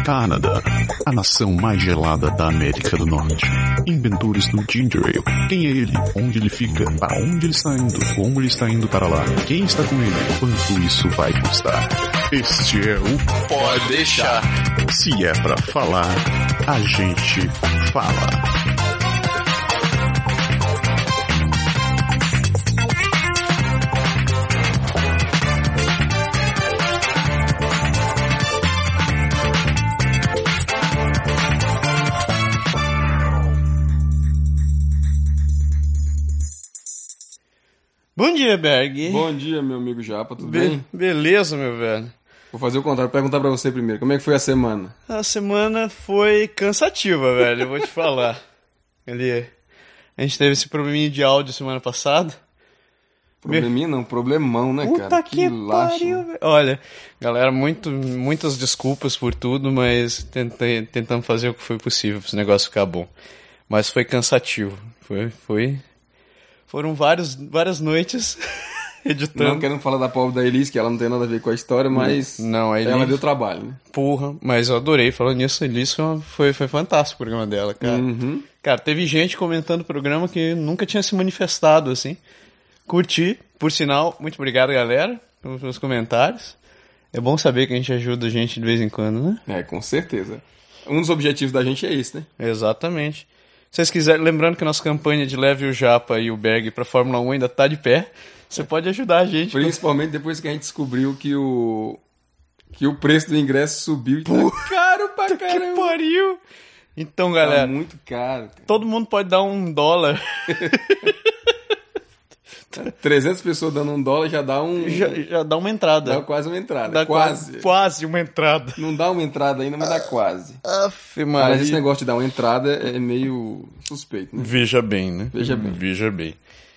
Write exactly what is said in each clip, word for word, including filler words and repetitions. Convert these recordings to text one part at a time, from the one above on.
Canadá, a nação mais gelada da América do Norte. Inventores do Ginger Ale. Quem é ele? Onde ele fica? Para onde ele está indo? Como ele está indo para lá? Quem está com ele? Quanto isso vai custar? Este é o Pode Deixar. Se é pra falar, a gente fala. Bom dia, Berg. Bom dia, meu amigo Japa, tudo Be- bem? Beleza, meu velho. Vou fazer o contrário, perguntar pra você primeiro, como é que foi a semana? A semana foi cansativa, velho, eu vou te falar. Ali, a gente teve esse probleminha de áudio semana passada. Probleminha não, problemão, né, Puta cara? que, Que pariu, laxo. velho. Olha, galera, muito, muitas desculpas por tudo, mas tentei, tentamos fazer o que foi possível para esse negócio ficar bom. Mas foi cansativo, foi... foi... Foram vários, várias noites editando. Não querendo falar da pobre da Elis, que ela não tem nada a ver com a história, mas não, a Elis... ela deu trabalho, né? Porra, mas eu adorei. Falando nisso, a Elis foi, foi, foi fantástico o programa dela, cara. Uhum. Cara, teve gente comentando o programa que nunca tinha se manifestado, assim. Curti, por sinal. Muito obrigado, galera, pelos comentários. É bom saber que a gente ajuda a gente de vez em quando, né? É, com certeza. Um dos objetivos da gente é esse, né? Exatamente. Se vocês quiserem, lembrando que a nossa campanha de Leve o Japa e o Berg pra Fórmula um ainda tá de pé, você pode ajudar a gente. Principalmente depois que a gente descobriu que o que o preço do ingresso subiu e tá caro pra Que caramba. pariu! Então, galera, Tá muito caro, cara. todo mundo pode dar um dólar. trezentas pessoas dando um dólar já dá um... Já, já dá uma entrada. Dá quase uma entrada. Dá quase. Quase uma entrada. Não dá uma entrada ainda, mas dá quase. Aff, Maria. Mas esse negócio de dar uma entrada é meio suspeito, né? Veja bem, né? Veja bem. Veja bem.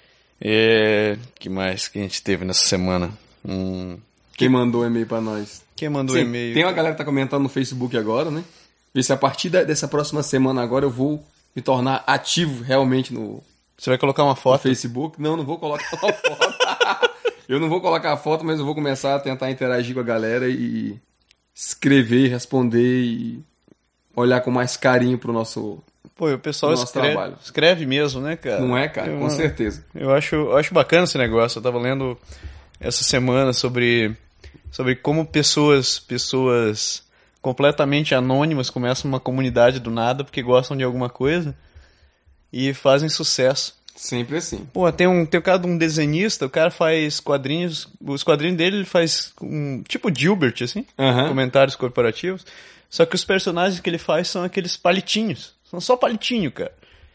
É... que mais que a gente teve nessa semana? Hum... Quem mandou o e-mail pra nós? Quem mandou Sim, e-mail? Tem uma galera que tá comentando no Facebook agora, né? Ver se a partir da- dessa próxima semana agora eu vou me tornar ativo realmente no, Você vai colocar uma no foto? Facebook. Não, não vou colocar uma foto. Eu não vou colocar a foto, mas eu vou começar a tentar interagir com a galera e escrever, responder e olhar com mais carinho pro nosso... Pô, o pessoal nosso escreve, trabalho. escreve mesmo, né, cara? Não é, cara? Eu- Com certeza. Eu acho, eu acho bacana esse negócio. Eu tava lendo essa semana sobre, sobre como pessoas, pessoas completamente anônimas começam uma comunidade do nada porque gostam de alguma coisa e fazem sucesso. Sempre assim. Pô, tem um, tem o cara de um desenhista, o cara faz quadrinhos, os quadrinhos dele ele faz um, tipo Gilbert, assim, Aham. comentários corporativos, só que os personagens que ele faz são aqueles palitinhos, são só palitinho, cara.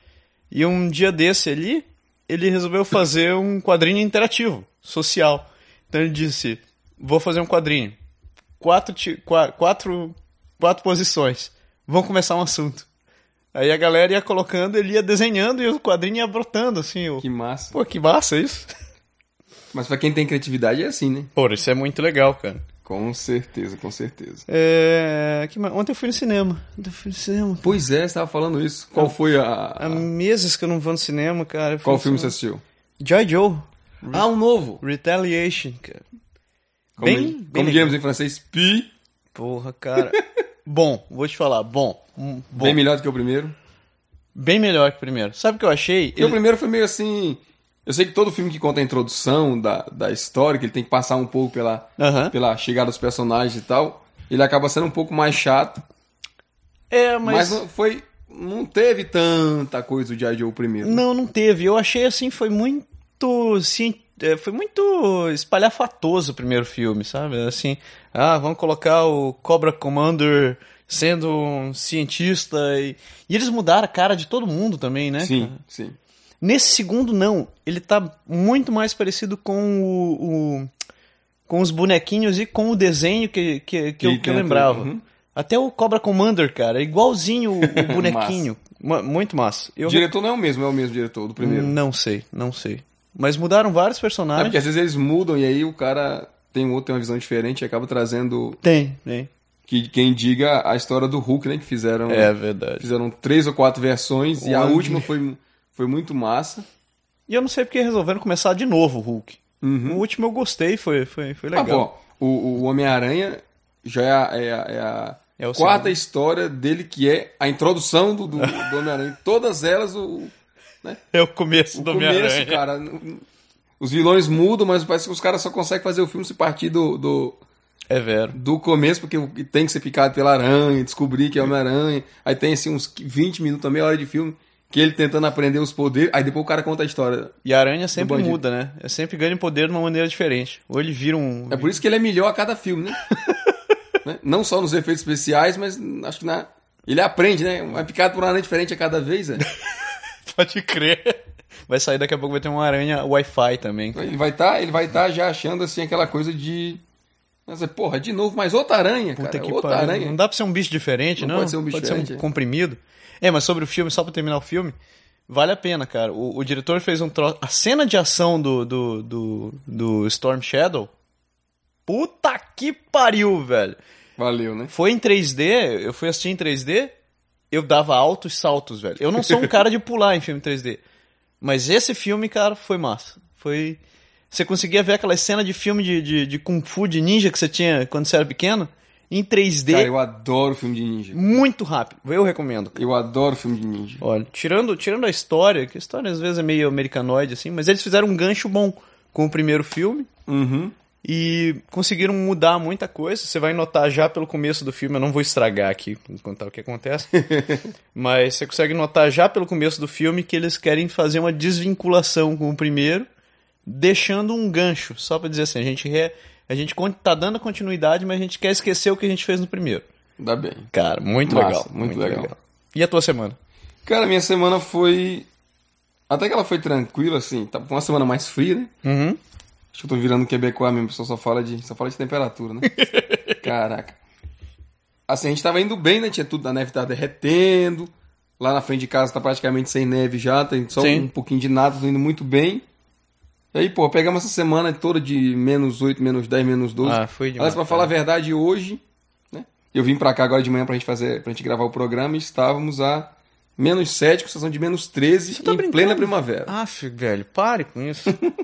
E um dia desse ali, ele resolveu fazer um quadrinho interativo, social. Então ele disse, vou fazer um quadrinho, quatro, ti- qua- quatro, quatro posições, vamos começar um assunto. Aí a galera ia colocando, ele ia desenhando e o quadrinho ia brotando, assim. O... Que massa. Pô, que massa isso. Mas pra quem tem criatividade é assim, né? Pô, isso é muito legal, cara. Com certeza, com certeza. É... que mais? Ontem eu fui no cinema. Ontem eu fui no cinema. Pois é, você tava falando isso. Qual foi a... Há meses que eu não vou no cinema, cara. Eu fui Qual no filme você cinema. assistiu? Joy Joe. Ah, um novo. Retaliation, cara. Como, Bem, como bem legal. diríamos em francês, pi. Porra, cara. Bom, vou te falar. Bom. Hum, bom. Bem melhor do que o primeiro. Bem melhor que o primeiro. Sabe o que eu achei? Porque o primeiro foi meio assim... Eu sei que todo filme que conta a introdução da, da história, que ele tem que passar um pouco pela, Aham. pela chegada dos personagens e tal, ele acaba sendo um pouco mais chato. É, Mas, mas... não, foi, não teve tanta coisa do G I. Joe primeiro. Não, não teve. Eu achei assim, foi muito. Sim, é, foi muito espalhafatoso o primeiro filme, sabe? Assim, ah, vamos colocar o Cobra Commander sendo um cientista. E, e eles mudaram a cara de todo mundo também, né? Sim, cara? sim. Nesse segundo, não. Ele tá muito mais parecido com o. o- com os bonequinhos e com o desenho que, que, que, eu, que eu tenta- lembrava. uhum. Até o Cobra Commander, cara, é igualzinho o, o bonequinho. Ma- muito massa. Eu O diretor não é o mesmo, é o mesmo diretor do primeiro. não sei, não sei. Mas mudaram vários É personagens. porque às vezes eles mudam e aí o cara tem um outro, tem uma visão diferente e acaba trazendo Tem, tem. que quem diga a história do Hulk, né? Que fizeram, É verdade. fizeram três ou quatro versões e a Onde- última foi, foi muito massa. E eu não sei porque resolveram começar de novo o Hulk. Uhum. O último eu gostei, foi, foi, foi Ah, legal. pô, o, o Homem-Aranha já é a, é, a, é a É o quarta segundo. história dele, que é a introdução do, do, do Homem-Aranha. Todas elas, o, né? É o começo o do começo, Homem-Aranha. cara. Os vilões mudam, mas parece que os caras só conseguem fazer o filme se partir do, do, É vero. do começo, porque tem que ser picado pela aranha, descobrir que é Homem-Aranha. Aí tem assim uns vinte minutos, meia hora de filme, que ele tentando aprender os poderes, aí depois o cara conta a história. E a aranha sempre bandido. muda, né? É sempre ganha poder de uma maneira diferente. Ou ele vira um... É por isso que ele é melhor a cada filme, né? Né? Não só nos efeitos especiais, mas acho que na... ele aprende, né? É picado por uma aranha diferente a cada vez, né? Pode crer. Vai sair daqui a pouco, vai ter uma aranha Wi-Fi também. Ele vai estar ele vai tá já achando assim aquela coisa de... Mas, porra, de novo, mais outra aranha, Puta cara. que Outra pariu. aranha. Não dá pra ser um bicho diferente, Não não? pode ser um bicho diferente, um é. comprimido. É, mas sobre o filme, só pra terminar o filme, vale a pena, cara. O, o diretor fez um troço... A cena de ação do, do, do, do Storm Shadow, puta que pariu, velho. Valeu, né? Foi em três D, eu fui assistir em três D, eu dava altos saltos, velho. Eu não sou um cara de pular em filme três D. Mas esse filme, cara, foi massa. Foi... Você conseguia ver aquela cena de filme de, de, de Kung Fu, de ninja que você tinha quando você era pequeno, em três D, Cara, eu adoro filme de ninja. muito rápido. Eu recomendo. Eu adoro filme de ninja. Olha, tirando, tirando a história, que a história às vezes é meio americanoide, assim, mas eles fizeram um gancho bom com o primeiro filme Uhum. e conseguiram mudar muita coisa. Você vai notar já pelo começo do filme, eu não vou estragar aqui, contar o que acontece, mas você consegue notar já pelo começo do filme que eles querem fazer uma desvinculação com o primeiro, deixando um gancho, só pra dizer assim, a gente, re... a gente con- tá dando continuidade, mas a gente quer esquecer o que a gente fez no primeiro. Dá bem. Cara, muito Massa, legal. muito legal. E a tua semana? Cara, minha semana foi... Até que ela foi tranquila, assim. Tá uma semana mais fria, né? Uhum. Acho que eu tô virando quebecois mesmo, o pessoal só fala de, só fala de temperatura, né? Caraca. Assim, a gente tava indo bem, né? Tinha tudo, a neve tava derretendo. Lá na frente de casa tá praticamente sem neve já, tem só Sim. um pouquinho de nada, tô indo muito bem. E aí, pô, pegamos essa semana toda de menos oito, menos dez, menos doze. Ah, foi demais. Aliás, pra falar a verdade, hoje, né? Eu vim pra cá agora de manhã pra gente fazer, pra gente gravar o programa e estávamos a menos sete, com sensação de menos treze, Você tá em brincando? plena primavera. Ah, filho, velho, pare com isso.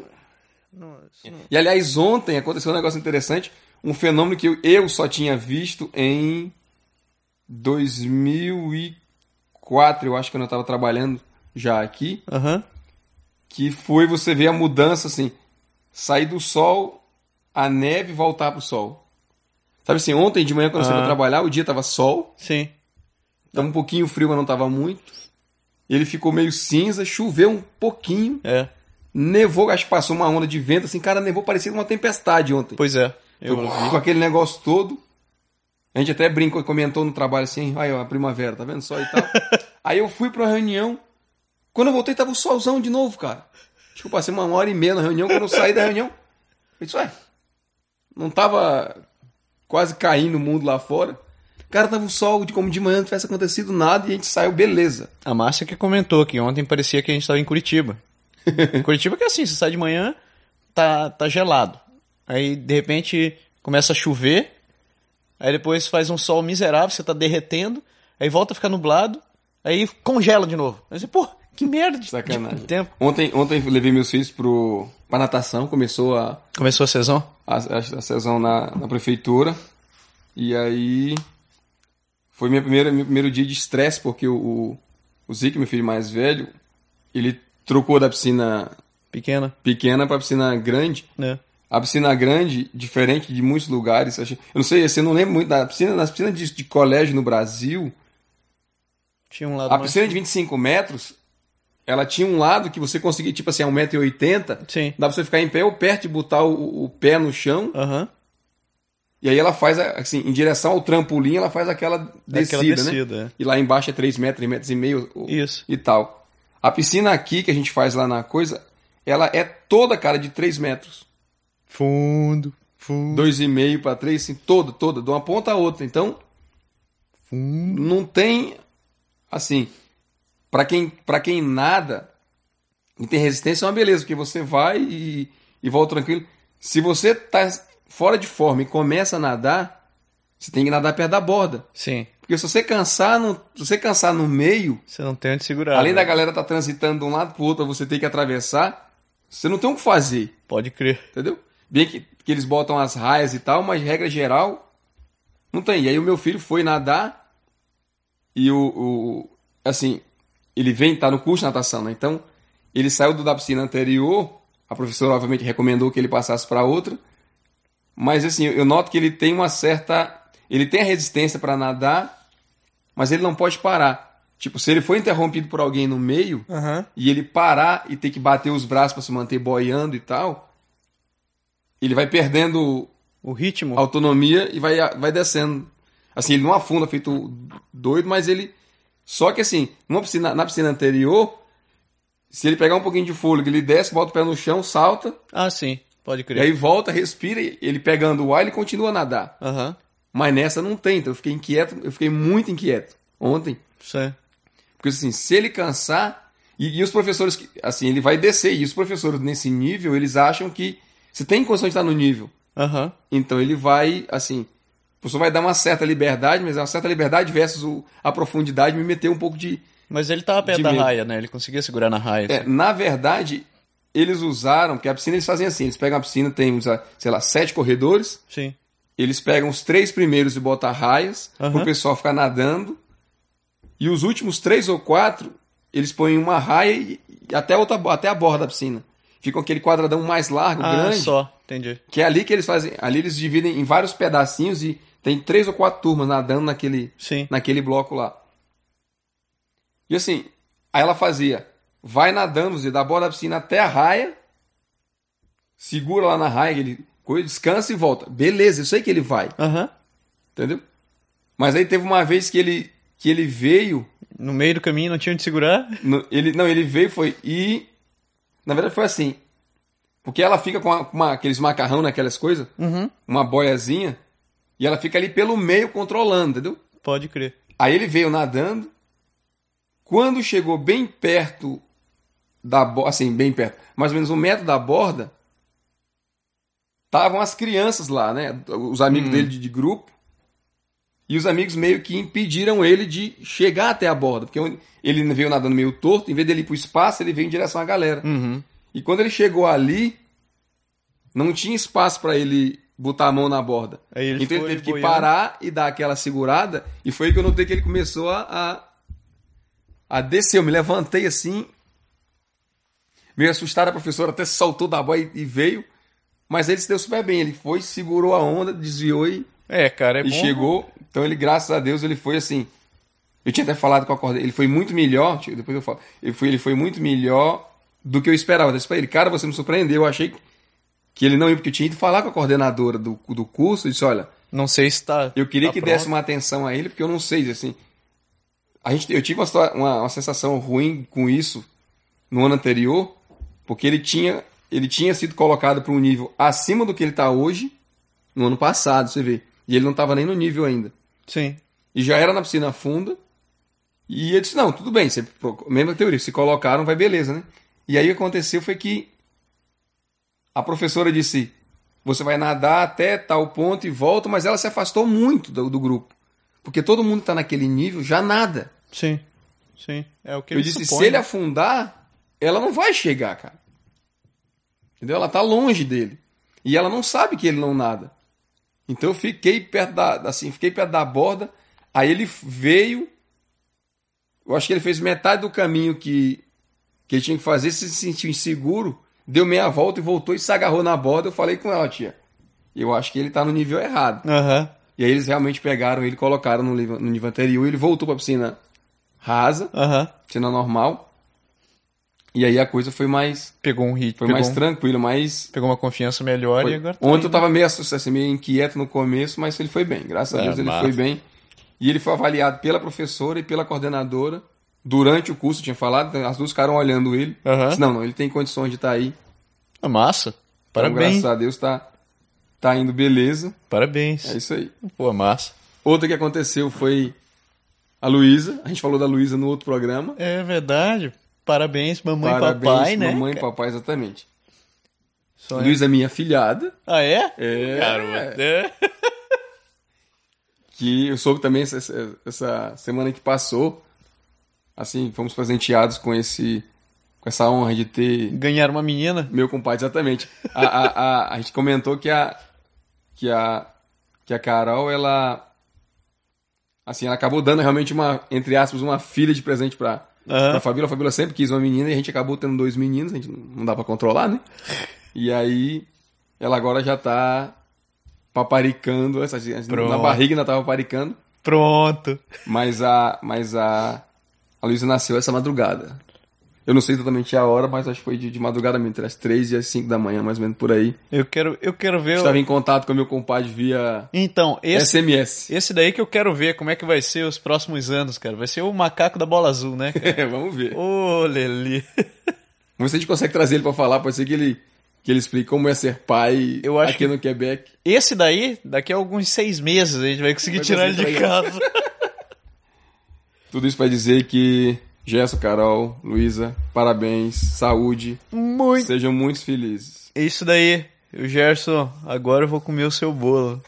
Não, isso não- E aliás, ontem aconteceu um negócio interessante, um fenômeno que eu, eu só tinha visto em dois mil e quatro, eu acho, quando eu estava trabalhando já aqui, Aham. que foi você ver a mudança assim, sair do sol, a neve voltar pro sol. Sabe assim, ontem de manhã quando eu saí Ah. pra trabalhar, o dia tava sol, Sim. tava um pouquinho frio, mas não tava muito. Ele ficou meio cinza, choveu um pouquinho, É. nevou, acho que passou uma onda de vento, assim, cara, nevou, parecia uma tempestade ontem. Pois é. Eu Foi vi. com aquele negócio todo. A gente até brincou e comentou no trabalho assim, olha a primavera, tá vendo só e tal. Aí eu fui pra uma reunião. Quando eu voltei, tava o solzão de novo, cara. Acho que eu passei uma hora e meia na reunião. Quando eu saí da reunião, eu disse, ué, não tava quase caindo o mundo lá fora. Cara, tava o sol de como de manhã não tivesse acontecido nada e a gente saiu, beleza. A Márcia que comentou que ontem parecia que a gente tava em Curitiba. Em Curitiba que é assim, você sai de manhã, tá, tá gelado. Aí, de repente, começa a chover. Aí depois faz um sol miserável, você tá derretendo. Aí volta a ficar nublado. Aí congela de novo. Aí você, pô, que merda de, Sacanagem. de tempo. Ontem, ontem eu levei meus filhos pro, pra natação, começou a, Começou a sessão? a, a, a sessão na, na prefeitura. E aí foi minha primeira, meu primeiro dia de estresse, porque o, o, o Zico, meu filho mais velho, ele trocou da piscina Pequena, pequena pra piscina grande. né? A piscina grande, diferente de muitos lugares, acho- eu não sei, você não lembra muito da piscina, nas piscinas de, de colégio no Brasil, Tinha um lado a mais... piscina de vinte e cinco metros, ela tinha um lado que você conseguia, tipo assim, a um metro e oitenta, Sim. dá pra você ficar em pé ou perto de botar o, o pé no chão, Aham. e aí ela faz, a- assim, em direção ao trampolim, ela faz aquela descida, Aquela né? descida, é. E lá embaixo é três metros, três metros e meio o- Isso. e tal. A piscina aqui, que a gente faz lá na coisa, ela é toda, cara, de três metros. Fundo, fundo, Dois e meio para três, assim, toda, toda, de uma ponta a outra. Então, fundo. não tem, assim, para quem, para quem nada e tem resistência é uma beleza, porque você vai e, e volta tranquilo. Se você tá fora de forma e começa a nadar, você tem que nadar perto da borda. Sim. Porque se você cansar no, se você cansar no meio, Você não tem onde segurar. além da né? galera tá transitando de um lado pro outro, você tem que atravessar, você não tem o que fazer. Pode crer. Entendeu? Bem que, que eles botam as raias e tal, mas regra geral, Não tem. E aí o meu filho foi nadar e o... o assim, ele vem, tá no curso de natação, né? Então, ele saiu da piscina anterior, a professora obviamente recomendou que ele passasse para outra, mas assim, eu noto que ele tem uma certa... Ele tem a resistência para nadar, mas ele não pode parar. Tipo, se ele for interrompido por alguém no meio, Uhum. e ele parar e ter que bater os braços para se manter boiando e tal, ele vai perdendo O ritmo. autonomia e vai, vai descendo. Assim, ele não afunda feito doido, mas ele... Só que assim, numa piscina, na piscina anterior, se ele pegar um pouquinho de fôlego, ele desce, bota o pé no chão, salta, Ah, sim. Pode e crer. aí volta, respira, e ele pegando o ar, ele continua a nadar. Aham. Mas nessa não tem, então eu fiquei inquieto, eu fiquei muito inquieto ontem. Sim. Porque assim, se ele cansar, e, e os professores, que- assim, ele vai descer, e os professores nesse nível, eles acham que você tem condição de estar no nível. Aham. Então ele vai, assim, o professor vai dar uma certa liberdade, mas é uma certa liberdade versus o- a profundidade me meter um pouco de... Mas ele tava perto De da medo. raia, né? Ele conseguia segurar na raia. É, assim. na verdade, eles usaram, porque a piscina eles fazem assim, eles pegam a piscina, tem, sei lá, sete corredores, Sim. eles pegam os três primeiros e botam raias, Aham. para o pessoal ficar nadando, e os últimos três ou quatro, eles põem uma raia e, e até, outra, até a borda da piscina. Fica aquele quadradão mais largo, Ah, grande, só. Entendi. que é ali que eles fazem, ali eles dividem em vários pedacinhos e tem três ou quatro turmas nadando naquele, Sim. naquele bloco lá. E assim, aí ela fazia, vai nadando Zé, da borda da piscina até a raia, segura lá na raia, ele coisa, descansa e volta. Beleza, eu sei que ele vai, Aham. entendeu? Mas aí teve uma vez que ele, que ele veio, No meio do caminho não tinha onde segurar. no- ele, não, ele veio foi e, na verdade foi assim, porque ela fica com, a- com uma- aqueles macarrão naquelas coisas, Uhum. uma boiazinha, e ela fica ali pelo meio controlando, entendeu? Pode crer. Aí ele veio nadando. Quando chegou bem perto da borda, assim, bem perto, mais ou menos um metro da borda, estavam as crianças lá, né? Os amigos dele de, de grupo. E os amigos meio que impediram ele de chegar até a borda. Porque ele veio nadando meio torto, em vez dele ir para o espaço, ele veio em direção à galera. Uhum. E quando ele chegou ali, não tinha espaço para ele botar a mão na borda. Aí ele então foi ele teve que boiando. parar e dar aquela segurada. E foi aí que eu notei que ele começou a, a, a descer. Eu me levantei assim, meio assustado. A professora até se soltou da boia e, e veio. Mas ele se deu super bem. Ele foi, segurou a onda, desviou e, É, cara, é e bom. chegou. Então ele, graças a Deus, ele foi assim. Eu tinha até falado com a corda. Ele foi muito melhor. Depois eu falo. Ele foi, ele foi muito melhor do que eu esperava. Eu disse pra ele, cara, você me surpreendeu. Eu achei que ele não ia, porque eu tinha ido falar com a coordenadora do, do curso. Eu disse, olha, Não sei se tá. eu queria tá que pronto. desse uma atenção a ele, porque eu não sei, assim. A gente, eu tive uma, situa- uma, uma sensação ruim com isso no ano anterior, porque ele tinha, ele tinha sido colocado para um nível acima do que ele está hoje, no ano passado, você vê. E ele não estava nem no nível ainda. Sim. E já era na piscina funda. E ele disse, não, tudo bem, você, mesma teoria, se colocaram, vai beleza, né? E aí o que aconteceu foi que a professora disse, você vai nadar até tal ponto e volta, mas ela se afastou muito do, do grupo. Porque todo mundo está naquele nível, já nada. Sim. Sim. É o que Eu ele disse, supõe, se ele né? afundar, ela não vai chegar, cara. Entendeu? Ela tá longe dele. E ela não sabe que ele não nada. Então eu fiquei perto da, assim, fiquei perto da borda, aí ele veio, eu acho que ele fez metade do caminho que, que ele tinha que fazer, se sentiu inseguro, deu meia volta e voltou e se agarrou na borda. Eu falei com ela, tia, eu acho que ele tá no nível errado. Aham. E aí eles realmente pegaram ele, colocaram no nível, no nível anterior, ele voltou pra piscina rasa, Aham. piscina normal, e aí a coisa foi mais, Pegou um ritmo. foi Pegou, mais um- tranquila, mais... pegou uma confiança melhor Foi. e agora tá Ontem eu indo. tava meio, assustado, assim, meio inquieto no começo, mas ele foi bem. Graças a É, Deus ele massa. foi bem. E ele foi avaliado pela professora e pela coordenadora durante o curso, eu tinha falado, as duas ficaram olhando ele. Aham. Disse, não, não, ele tem condições de estar aí. Ah, massa. Então, Parabéns. graças a Deus tá, tá indo beleza. Parabéns. É isso aí. Pô, massa. Outra que aconteceu foi a Luísa. A gente falou da Luísa no outro programa. É verdade. Parabéns, mamãe Parabéns, e papai, né? mamãe e cara? papai, exatamente. Só é- Luísa é minha afilhada. Ah, é? É. Garoto. É. Que eu soube também essa, essa semana que passou, assim, fomos presenteados com esse com essa honra de ter Ganhar uma menina? meu compadre, exatamente. A, a, a, a gente comentou que a que a que a Carol, ela Assim, ela acabou dando realmente uma, entre aspas, uma filha de presente pra, Aham. pra Fabíola. A Fabíola sempre quis uma menina e a gente acabou tendo dois meninos, a gente não não dá pra controlar, né? E aí, ela agora já tá paparicando, essa, na Pronto. barriga ainda tava paparicando, Pronto. mas a, mas a, a Luísa nasceu essa madrugada. Eu não sei exatamente a hora, mas acho que foi de, de madrugada mesmo, entre as três e as cinco da manhã, mais ou menos por aí. Eu quero, eu quero ver... o- Estava em contato com o meu compadre via Então, esse, S M S. esse daí que eu quero ver como é que vai ser os próximos anos, cara. Vai ser o macaco da bola azul, né, cara? Vamos ver. Ô, Leli. Vamos ver se a gente consegue trazer ele pra falar. Pode ser que ele, que ele explique como é ser pai Eu acho aqui que- no Quebec. Esse daí, daqui a alguns seis meses, a gente vai conseguir Vai tirar ele conseguir de trazer. casa. Tudo isso pra dizer que Gerson, Carol, Luísa, parabéns, saúde, Muito. sejam muito felizes. Isso daí. O Gerson, agora eu vou comer o seu bolo.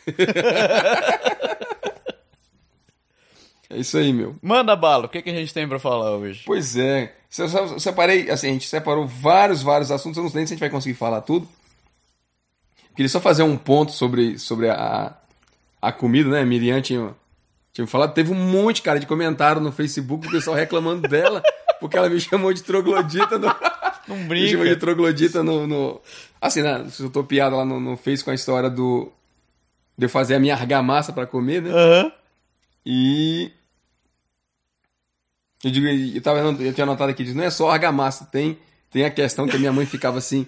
É isso aí, meu. Manda bala, o que, que a gente tem pra falar hoje? Pois é. Eu só- eu separei, assim, a gente separou vários, vários assuntos. Eu não sei nem se a gente vai conseguir falar tudo. Queria só fazer um ponto sobre, sobre a, a comida, né? A Miriam tinha, tinha me falado. Teve um monte, cara, de comentário no Facebook do pessoal reclamando dela, porque ela me chamou de troglodita. No... Não Me chamou de brinca. troglodita no... no... Assim, né? Eu tô piada lá no, no Face com a história do... De eu fazer a minha argamassa pra comer, né? Aham. E... Eu, digo, eu, tava, eu tinha anotado aqui, diz, não é só argamassa, tem, tem a questão que a minha mãe ficava assim,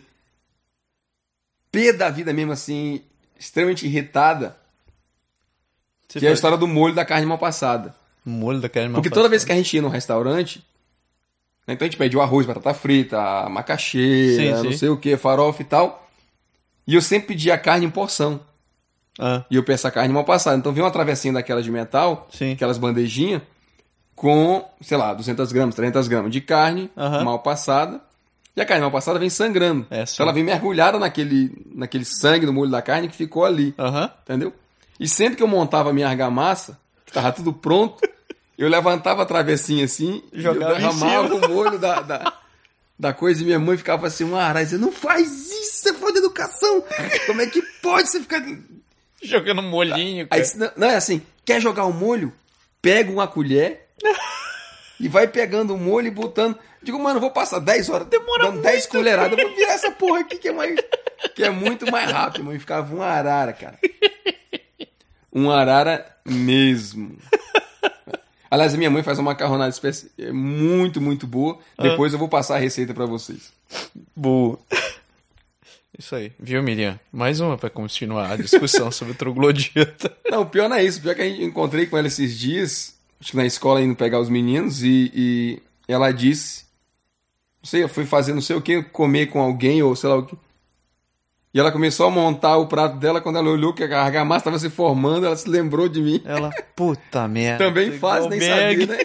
pé da vida mesmo, assim, extremamente irritada, Você que é a faz- história do molho da carne mal passada. Molho da carne mal Porque toda passada. vez que a gente ia num restaurante, né, então a gente pede o arroz, batata frita, macaxeira, Sim, não sim. sei o que, farofa e tal, e eu sempre pedia a carne em porção. Ah, E eu peço a carne mal passada. Então vem uma travessinha daquela de metal, Sim. aquelas bandejinhas, com, sei lá, duzentas gramas, trezentas gramas de carne Aham. mal passada. E a carne mal passada vem sangrando. É, sim. então ela vem mergulhada naquele, naquele sangue do molho da carne que ficou ali. Aham. Entendeu? E sempre que eu montava a minha argamassa, que tava tudo pronto, eu levantava a travessinha assim, Jogava e eu em derramava cima. o molho da, da, da coisa e minha mãe ficava assim, um arara, dizendo, não faz isso, você é falta de educação. Como é que pode você ficar... Jogando molhinho, cara. Aí, não, não é assim, quer jogar o molho? Pega uma colher e vai pegando o molho e botando. Digo, mano, vou passar dez horas Demora dando dez colheradas. Eu vou virar essa porra aqui que é, mais, que é muito mais rápido. Mano. E ficava um arara, cara. Um arara mesmo. Aliás, a minha mãe faz uma macarronada especi... é muito, muito boa. Depois eu vou passar a receita pra vocês. Boa. Isso aí. Viu, Miriam? Mais uma pra continuar a discussão sobre o troglodita. Não, o pior não é isso. O pior é que a gente encontrei com ela esses dias, acho que na escola indo pegar os meninos, e, e ela disse, não sei, eu fui fazer não sei o que, comer com alguém, ou sei lá o que. E ela começou a montar o prato dela, quando ela olhou que a argamassa estava se formando, ela se lembrou de mim. Ela, puta merda. Também faz, nem sabia, né?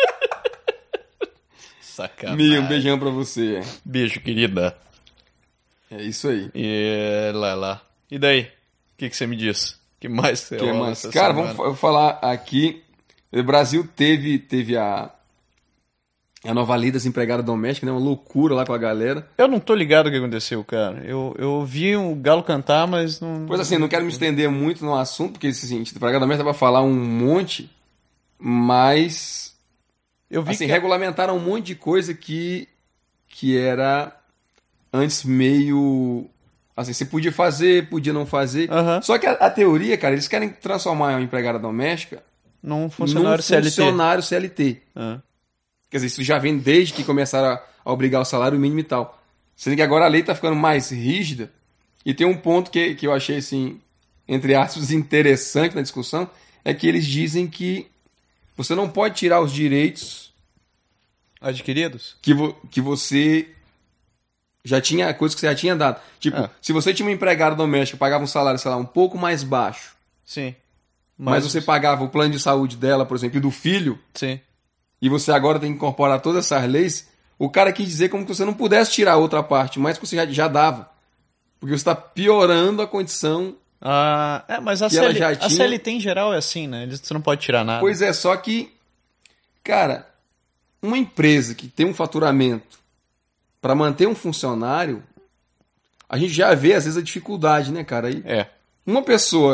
Sacanagem. Mia, um beijão pra você. Beijo, querida. É isso aí. E lá, lá. E daí? O que, que você me diz? que mais você que rola mais? essa Cara, semana? vamos fa- eu falar aqui. O Brasil teve, teve a, a nova lei das empregadas domésticas, né? Uma loucura lá com a galera. Eu não tô ligado o que aconteceu, cara. Eu, eu ouvi o Galo cantar, mas não... Pois assim, não quero me estender muito no assunto, porque assim, empregada doméstica dá pra falar um monte, mas Eu vi assim, que... regulamentaram um monte de coisa que, que era antes meio... Assim, você podia fazer, podia não fazer. Aham. Só que a, a teoria, cara, eles querem transformar uma empregada doméstica Num funcionário num C L T. funcionário C L T. Ah. Quer dizer, isso já vem desde que começaram a, a obrigar o salário mínimo e tal. Sendo que agora a lei tá ficando mais rígida. E tem um ponto que, que eu achei, assim, entre aspas, interessante na discussão, é que eles dizem que você não pode tirar os direitos Adquiridos? que, vo, que você já tinha, coisas que você já tinha dado. Tipo, Ah. se você tinha uma empregada doméstica que pagava um salário, sei lá, um pouco mais baixo, Sim. mas, você pagava o plano de saúde dela, por exemplo, e do filho, Sim. e você agora tem que incorporar todas essas leis, o cara quis dizer como que você não pudesse tirar a outra parte, mas que você já, já dava. Porque você está piorando a condição. Ah, é, mas a, Que ela C L... já a tinha- C L T em geral é assim, né? Eles- Você não pode tirar nada. Pois é, só que, cara, uma empresa que tem um faturamento para manter um funcionário, a gente já vê às vezes a dificuldade, né, cara? Aí, É. uma pessoa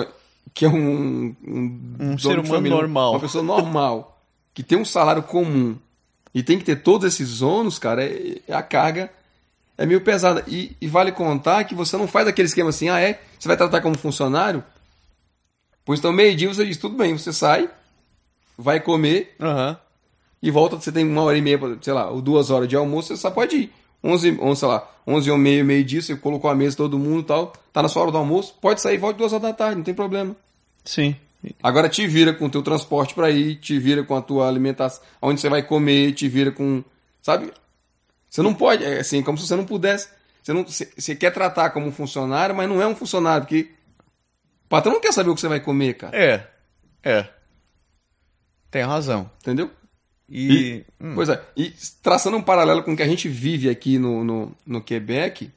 que é um... Um, Um dono ser de humano família, normal. Uma pessoa normal, que tem um salário comum e tem que ter todos esses ônus, cara, é, é a carga é meio pesada. E, e vale contar que você não faz aquele esquema assim, ah, é? Você vai tratar como funcionário? Pois então, meio-dia você diz, tudo bem, você sai, vai comer Aham. e volta, você tem uma hora e meia, sei lá, ou duas horas de almoço, você só pode ir. onze, onze, sei lá, onze e meia, meio-dia, você colocou a mesa, todo mundo e tal, tá na sua hora do almoço, pode sair e volta duas horas da tarde, não tem problema. Sim. Agora te vira com o teu transporte pra ir, te vira com a tua alimentação, onde você vai comer, te vira com, sabe? Você não pode, é assim, como se você não pudesse, você, não, você, você quer tratar como um funcionário, mas não é um funcionário, porque o patrão não quer saber o que você vai comer, cara. É. É. Tem razão. Entendeu? E... E, hum. Pois é, e traçando um paralelo com o que a gente vive aqui no, no, no Quebec,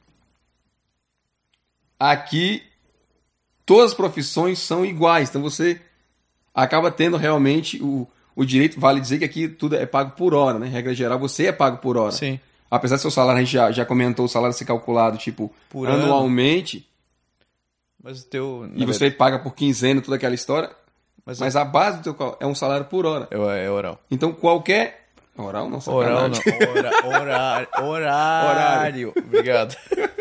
aqui todas as profissões são iguais, então você acaba tendo realmente o, o direito, vale dizer que aqui tudo é pago por hora, né? Regra geral, você é pago por hora. Sim. Apesar do seu salário, a gente já, já comentou, o salário ser calculado, tipo, Por anualmente, Mas o teu... e você verdade, paga por quinzena, toda aquela história, Mas, mas a base do teu cal- é um salário por hora. é, é oral. Então qualquer... Oral não, Oral sacanagem. não. Hora, horário. Horário. Obrigado.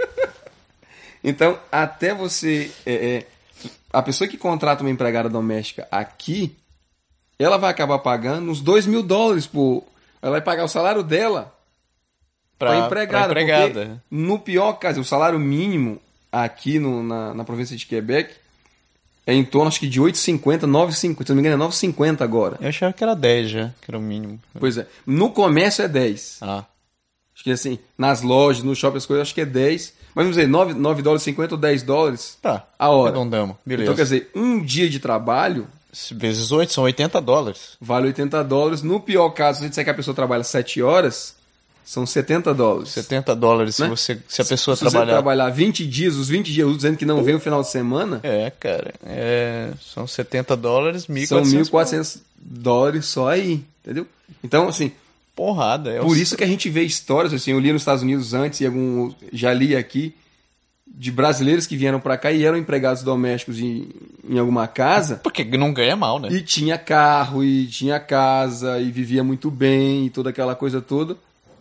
Então, até você... é, é, a pessoa que contrata uma empregada doméstica aqui, ela vai acabar pagando uns dois mil dólares por... Ela vai pagar o salário dela para Pra, empregada. pra empregada. Porque, no pior caso, o salário mínimo aqui no, na, na província de Quebec é em torno, acho que de oito e cinquenta, nove e cinquenta. Se não me engano, é nove e cinquenta agora. Eu achava que era dez já, que era o mínimo. Pois é. No comércio é dez. Ah, Acho que assim, nas lojas, no shopping, as coisas, acho que é dez. Mas vamos dizer, nove, nove dólares e cinquenta ou dez dólares tá. a hora. Arredondamos. Beleza. Então, quer dizer, um dia de trabalho Vezes oito são oitenta dólares. vale oitenta dólares. No pior caso, se a gente disser que a pessoa trabalha sete horas, são setenta dólares. setenta dólares Né? se, você, se a pessoa se você trabalhar. trabalhar vinte dias, os vinte dias, dizendo que não vem o final de semana, É, cara. É, são setenta dólares, mil e são quatrocentos. mil e quatrocentos dólares só aí, entendeu? Então, assim, Porrada. É por o- isso que a gente vê histórias, assim, eu li nos Estados Unidos antes e algum, já li aqui, de brasileiros que vieram pra cá e eram empregados domésticos em, em alguma casa, Porque não ganha mal, né? e tinha carro, e tinha casa, e vivia muito bem, e toda aquela coisa toda.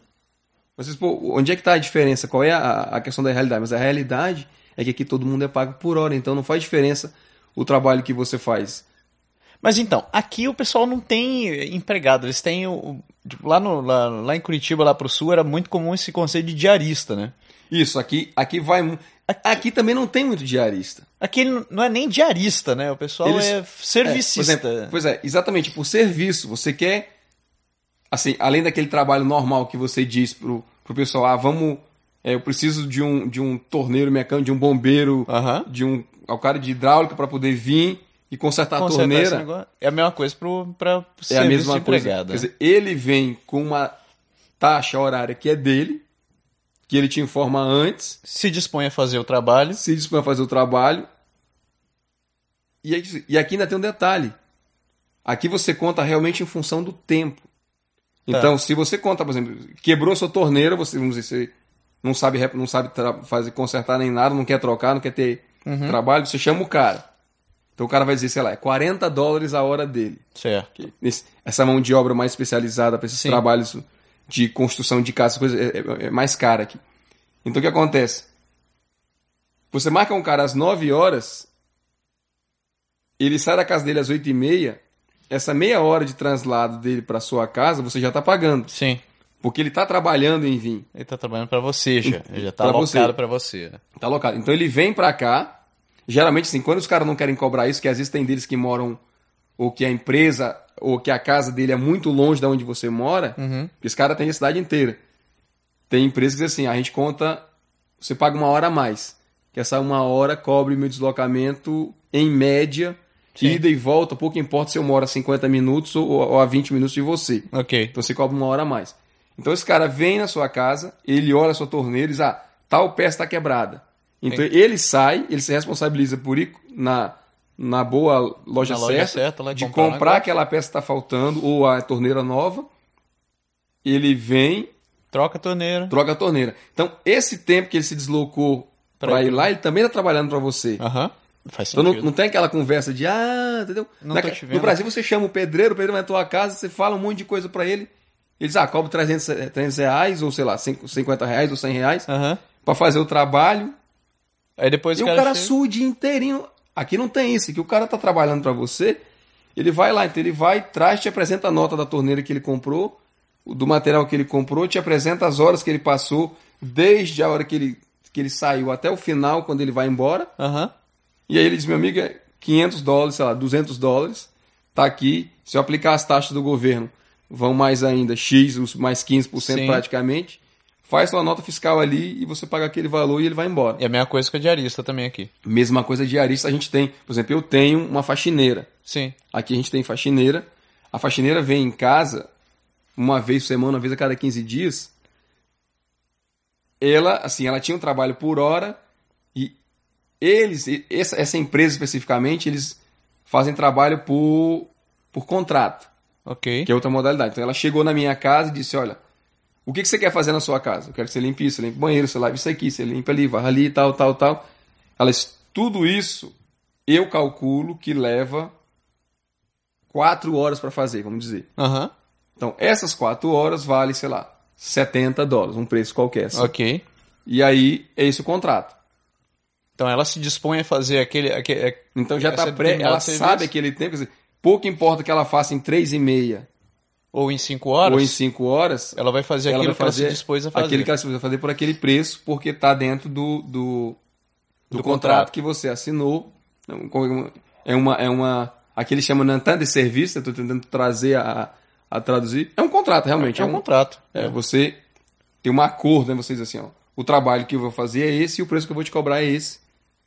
Mas, pô, onde é que tá a diferença? Qual é a, a questão da realidade? Mas a realidade é que aqui todo mundo é pago por hora, então não faz diferença o trabalho que você faz. Mas então, aqui o pessoal não tem empregado, eles têm o. o- tipo, lá, no, lá, lá em Curitiba, lá pro sul, era muito comum esse conceito de diarista, né? Isso, aqui, aqui vai... mu- Aqui também não tem muito diarista. Aqui ele não é nem diarista, né? O pessoal Eles- é servicista. É, por exemplo, pois é, exatamente, por serviço. Você quer, assim, além daquele trabalho normal que você diz pro, pro pessoal, ah, vamos, é, eu preciso de um, de um torneiro mecânico, de um bombeiro, Aham. de um, ao cara de hidráulica para poder vir e consertar, Consertar a esse torneira. negócio. É a mesma coisa pro, pra, pro É serviço a mesma de coisa. empregado. Quer né? dizer, ele vem com uma taxa horária que é dele, que ele te informa antes, Se dispõe a fazer o trabalho. se dispõe a fazer o trabalho. E, aí- e aqui ainda tem um detalhe. Aqui você conta realmente em função do tempo. Então, se você conta, por exemplo, quebrou sua torneira, você, vamos dizer, você não sabe, rep- não sabe tra- fazer, consertar nem nada, não quer trocar, não quer ter trabalho, você chama o cara. Então o cara vai dizer, sei lá, é quarenta dólares a hora dele. Certo. Que esse- essa mão de obra mais especializada para esses Sim. trabalhos de construção de casa, coisa, é, é- é mais cara aqui. Então o que acontece? Você marca um cara às nove horas, ele sai da casa dele às oito e meia, essa meia hora de translado dele para sua casa você já está pagando, Sim. porque ele está trabalhando em vir. Ele tá trabalhando pra você já. Ele já tá Pra alocado você. pra você. Tá alocado. Então ele vem pra cá. Geralmente, assim, quando os caras não querem cobrar isso, que às vezes tem deles que moram, ou que a empresa, ou que a casa dele é muito longe de onde você mora, Uhum. porque esse cara tem a cidade inteira. Tem empresas que dizem assim, a gente conta, você paga uma hora a mais. Que essa uma hora cobre meu deslocamento, em média, Sim. ida e volta, pouco importa se eu moro a cinquenta minutos ou, ou a vinte minutos de você. Ok. Então você cobra uma hora a mais. Então esse cara vem na sua casa, ele olha a sua torneira e diz, ah, tal peça está quebrada. Então Sim. ele sai, ele se responsabiliza por ir na, na boa loja Na certa, loja certa, lá, de comprar um comprar negócio. aquela peça que está faltando, ou a torneira nova. Ele vem, Troca a torneira. troca a torneira. Então esse tempo que ele se deslocou Pra para ir ir pra- lá, ele também está trabalhando para você. Aham. Faz Então sentido. não, não tem aquela conversa de, ah, entendeu? Não Na- tô te vendo. no Brasil você chama o pedreiro, o pedreiro vai na tua casa, você fala um monte de coisa pra ele, ele diz, ah, cobra trezentos, trezentos reais, ou sei lá, cinquenta reais ou cem reais, Aham. pra fazer o trabalho, Aí depois e o o cara, cara chega- sua o dia inteirinho. Aqui não tem isso, aqui o cara tá trabalhando pra você, ele vai lá, então ele vai, traz, te apresenta a nota da torneira que ele comprou, do material que ele comprou, te apresenta as horas que ele passou, desde a hora que ele, que ele saiu até o final, quando ele vai embora. Aham. E aí ele diz, meu amigo, é quinhentos dólares, sei lá, duzentos dólares, tá aqui, se eu aplicar as taxas do governo, vão mais ainda, X, os mais quinze por cento Sim. praticamente, faz sua nota fiscal ali e você paga aquele valor e ele vai embora. E a mesma coisa que a diarista também aqui. Mesma coisa diarista, a gente tem, por exemplo, eu tenho uma faxineira. Sim. Aqui a gente tem faxineira. A faxineira vem em casa uma vez por semana, uma vez a cada quinze dias. Ela, assim, ela tinha um trabalho por hora e eles, essa, essa empresa especificamente, eles fazem trabalho por, por contrato, Ok. que é outra modalidade. Então ela chegou na minha casa e disse, olha, o que, que você quer fazer na sua casa? Eu quero que você limpe isso, você limpe o banheiro, você lave isso aqui, você limpa ali, varra ali, tal, tal, tal. Ela disse, tudo isso eu calculo que leva quatro horas para fazer, vamos dizer. Aham. Então, essas quatro horas vale, sei lá, setenta dólares, um preço qualquer. Assim. Ok. E aí, é esse o contrato. Então ela se dispõe a fazer aquele... aquele Então já está essa pré... determinada Ela serviço. sabe aquele tempo, quer dizer, pouco importa que ela faça em três e meia Ou em cinco horas, ou em cinco horas, ela vai fazer ela aquilo vai fazer que ela se dispôs a fazer. aquilo que ela se dispôs a fazer por aquele preço, porque está dentro do, do, do, Do contrato, contrato. que você assinou. É uma... É uma aqui eles chamam Nantan de serviço, eu estou tentando trazer a, a traduzir. É um contrato, realmente. É um contrato. É, você tem um acordo, né? Você diz assim, ó, o trabalho que eu vou fazer é esse e o preço que eu vou te cobrar é esse.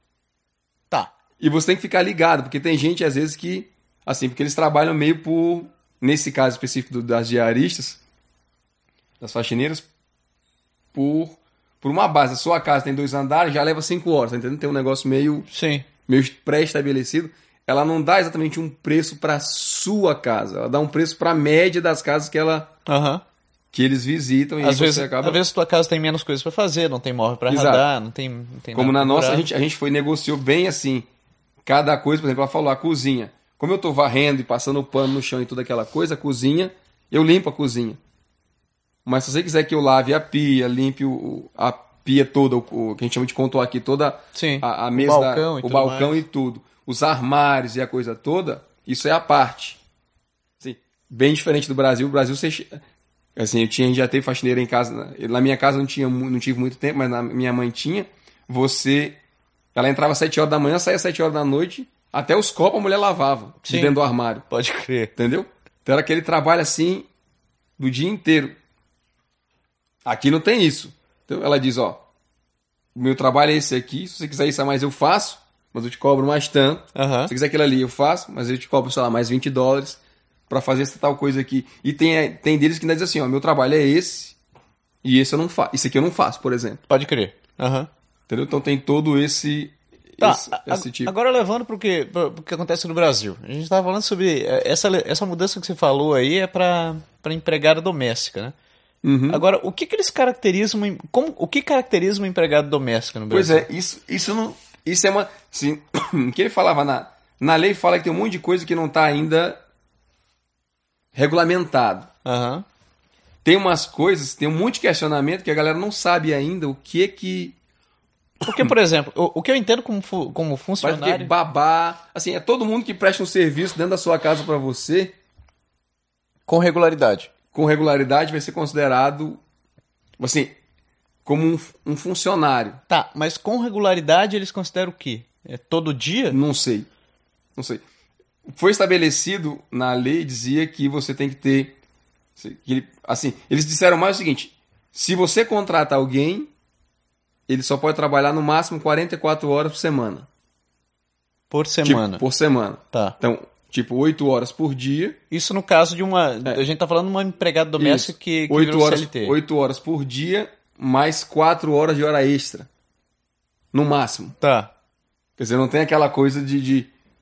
Tá. E você tem que ficar ligado, porque tem gente, às vezes, que... Assim, porque eles trabalham meio por... Nesse caso específico do- das diaristas, das faxineiras, por, por uma base. A sua casa tem dois andares, já leva cinco horas, tá entendendo? Tem um negócio meio, Sim. meio pré-estabelecido. Ela não dá exatamente um preço para sua casa. Ela dá um preço para a média das casas que ela... Aham. que eles visitam e Às aí você vezes, acaba... às vezes tua casa tem menos coisas pra fazer, não tem móvel pra Exato. radar, não tem, não tem Como nada na pra nossa, a curar. gente, a gente foi negociou bem assim, cada coisa, por exemplo, ela falou, a cozinha. Como eu tô varrendo e passando o pano no chão e toda aquela coisa, a cozinha, eu limpo a cozinha. Mas se você quiser que eu lave a pia, limpe o, o- a pia toda, o, o que a gente chama de contour aqui, toda Sim. a, a O mesa, balcão da- e o tudo balcão mais. e tudo, os armários e a coisa toda, isso é a parte. Assim, bem diferente do Brasil. O Brasil, você, assim, eu tinha, já teve faxineira em casa. Na minha casa não, tinha, mu- não tive muito tempo, mas na minha mãe tinha. Você, ela entrava às sete horas da manhã, saía às sete horas da noite, até os copos a mulher lavava, de Sim. dentro do armário. Pode crer. Entendeu? Então era aquele trabalho assim, do dia inteiro. Aqui não tem isso. Então ela diz, ó, o meu trabalho é esse aqui, se você quiser isso a mais eu faço, mas eu te cobro mais tanto. Aham. Se você quiser aquilo ali eu faço, mas eu te cobro, sei lá, mais vinte dólares pra fazer essa tal coisa aqui. E tem, tem deles que ainda dizem assim, ó, meu trabalho é esse, e esse eu não faço. Isso aqui eu não faço, por exemplo. Pode crer. Aham. Entendeu? Então tem todo esse, Tá, esse, a- esse tipo. agora levando pro que, pro pro que acontece no Brasil. A gente tava falando sobre... eh, Essa, essa mudança que você falou aí é pra, pra empregada doméstica, né? Uhum. Agora, o que que eles caracterizam... em- Como, o que caracteriza uma empregada doméstica no Pois Brasil? é, isso, isso não. Isso é uma. Assim, o que ele falava na, na lei fala que tem um monte de coisa que não está ainda regulamentado. Aham. Tem umas coisas, tem um monte de questionamento que a galera não sabe ainda o que é que. Porque, por exemplo, o, o que eu entendo como, fu- como Mas funcionário... porque babá. Assim, é todo mundo que presta um serviço dentro da sua casa para você, Com regularidade. com regularidade, vai ser considerado. Assim, como um, um funcionário. Tá, mas com regularidade eles consideram o quê? É todo dia? Não sei. Não sei. Foi estabelecido na lei, dizia que você tem que ter. que ele- Assim, eles disseram mais o seguinte: se você contrata alguém, ele só pode trabalhar no máximo quarenta e quatro horas por semana. Por semana. Tipo, por semana. Tá. Então, tipo, oito horas por dia. Isso no caso de uma... A gente tá falando de uma empregada doméstica Isso. que, que oito virou horas, C L T. oito horas por dia, mais quatro horas de hora extra. No máximo. Tá. Quer dizer, não tem aquela coisa de, de